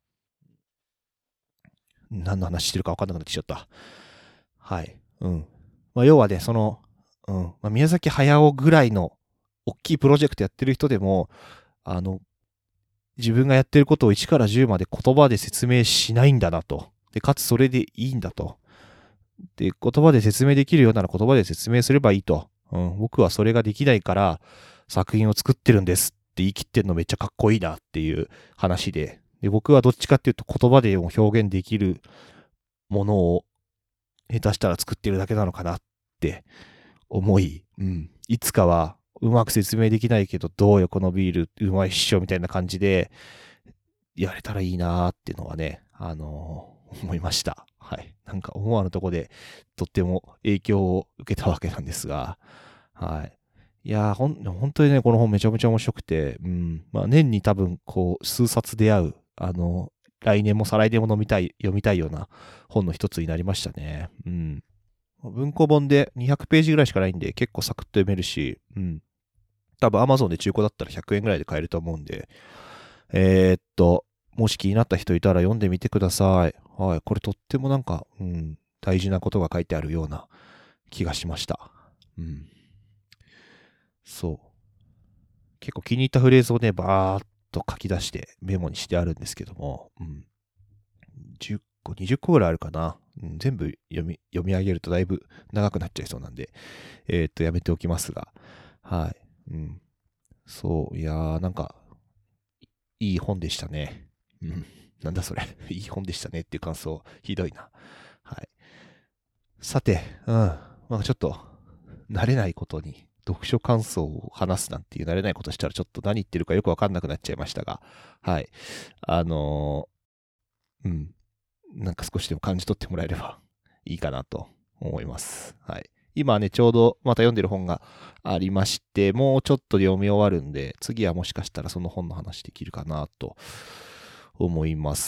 何の話してるか分かんなくなってきちゃった。はい。うん。まあ、要はね、その、うん。まあ、宮崎駿ぐらいの大きいプロジェクトやってる人でも、あの、自分がやってることをいちからじゅうまで言葉で説明しないんだなと。で、かつそれでいいんだと。で、言葉で説明できるようなら言葉で説明すればいいと。うん。僕はそれができないから作品を作ってるんですって言い切ってるのめっちゃかっこいいなっていう話で。で、僕はどっちかっていうと言葉でも表現できるものを下手したら作ってるだけなのかなって思い、うん。いつかはうまく説明できないけど、どうよこのビール、うまいっしょみたいな感じで、やれたらいいなーっていうのはね、あのー思いました。はい。なんか思わぬとこで、とっても影響を受けたわけなんですが、はい。いやー、ほん、本当にね、この本めちゃめちゃ面白くて、うん。まあ、年に多分、こう、数冊出会う、あの、来年も再来年も飲みたい、読みたいような本の一つになりましたね。うん。文庫本でにひゃくページぐらいしかないんで、結構サクッと読めるし、うん。多分 Amazon で中古だったらひゃくえんぐらいで買えると思うんで、えー、っと、もし気になった人いたら読んでみてください。はい。これとってもなんか、うん、大事なことが書いてあるような気がしました。うん。そう。結構気に入ったフレーズをね、バーっと書き出してメモにしてあるんですけども、うん。じゅっこ、にじゅっこぐらいあるかな。うん、全部読み、読み上げるとだいぶ長くなっちゃいそうなんで、えー、っと、やめておきますが。はい。うん。そう、いやー、なんか、いい本でしたね。うん。なんだそれ。いい本でしたねっていう感想、ひどいな。はい。さて、うん。まあちょっと、慣れないことに、読書感想を話すなんていう慣れないことしたらちょっと何言ってるかよくわかんなくなっちゃいましたが、はい。あのー、うん。なんか少しでも感じ取ってもらえればいいかなと思います。はい。今ね、ちょうどまた読んでる本がありまして、もうちょっとで読み終わるんで、次はもしかしたらその本の話できるかなと思います。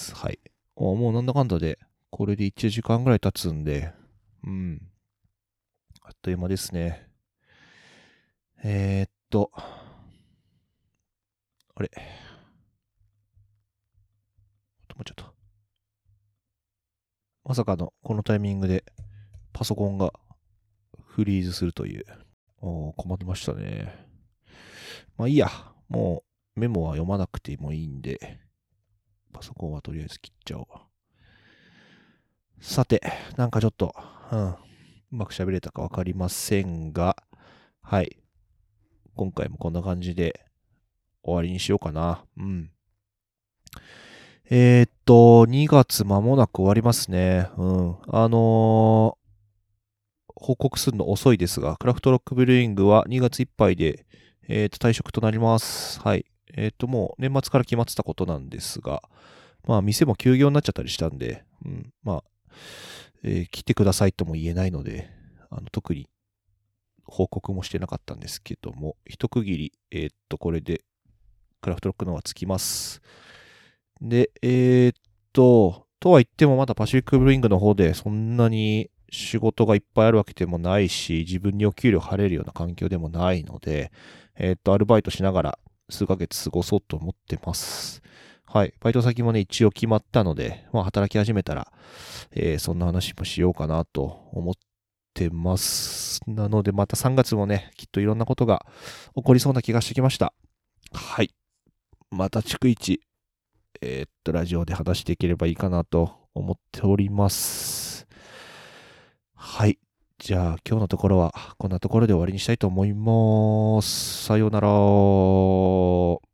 はい。もうなんだかんだで、これでいちじかんぐらい経つんで、うん。あっという間ですね。えー、っと、あれ。もうちょっと。まさかのこのタイミングでパソコンがフリーズするという。おー、困ってましたね。まあいいや。もうメモは読まなくてもいいんで、パソコンはとりあえず切っちゃおう。さて、なんかちょっと、うん、うまく喋れたかわかりませんが、はい。今回もこんな感じで終わりにしようかな。うん。えー、っと、にがつ間もなく終わりますね。うん。あのー、報告するの遅いですが、クラフトロックブルーイングはにがついっぱいで、えー、っと、退職となります。はい。えー、っと、もう年末から決まってたことなんですが、まあ、店も休業になっちゃったりしたんで、うん。まあ、えー来てくださいとも言えないので、あの、特に報告もしてなかったんですけども、一区切り、えーっと、これで、クラフトロックのはつきます。で、えーっと、とは言ってもまだパシフィックブルーイングの方でそんなに仕事がいっぱいあるわけでもないし、自分にお給料払えるような環境でもないので、えーっと、アルバイトしながら数ヶ月過ごそうと思ってます。はい。バイト先もね、一応決まったので、まあ、働き始めたら、えーそんな話もしようかなと思ってます。なので、またさんがつもね、きっといろんなことが起こりそうな気がしてきました。はい。また逐一、えーっと、ラジオで話していければいいかなと思っております。はい。じゃあ、今日のところはこんなところで終わりにしたいと思います。さようなら。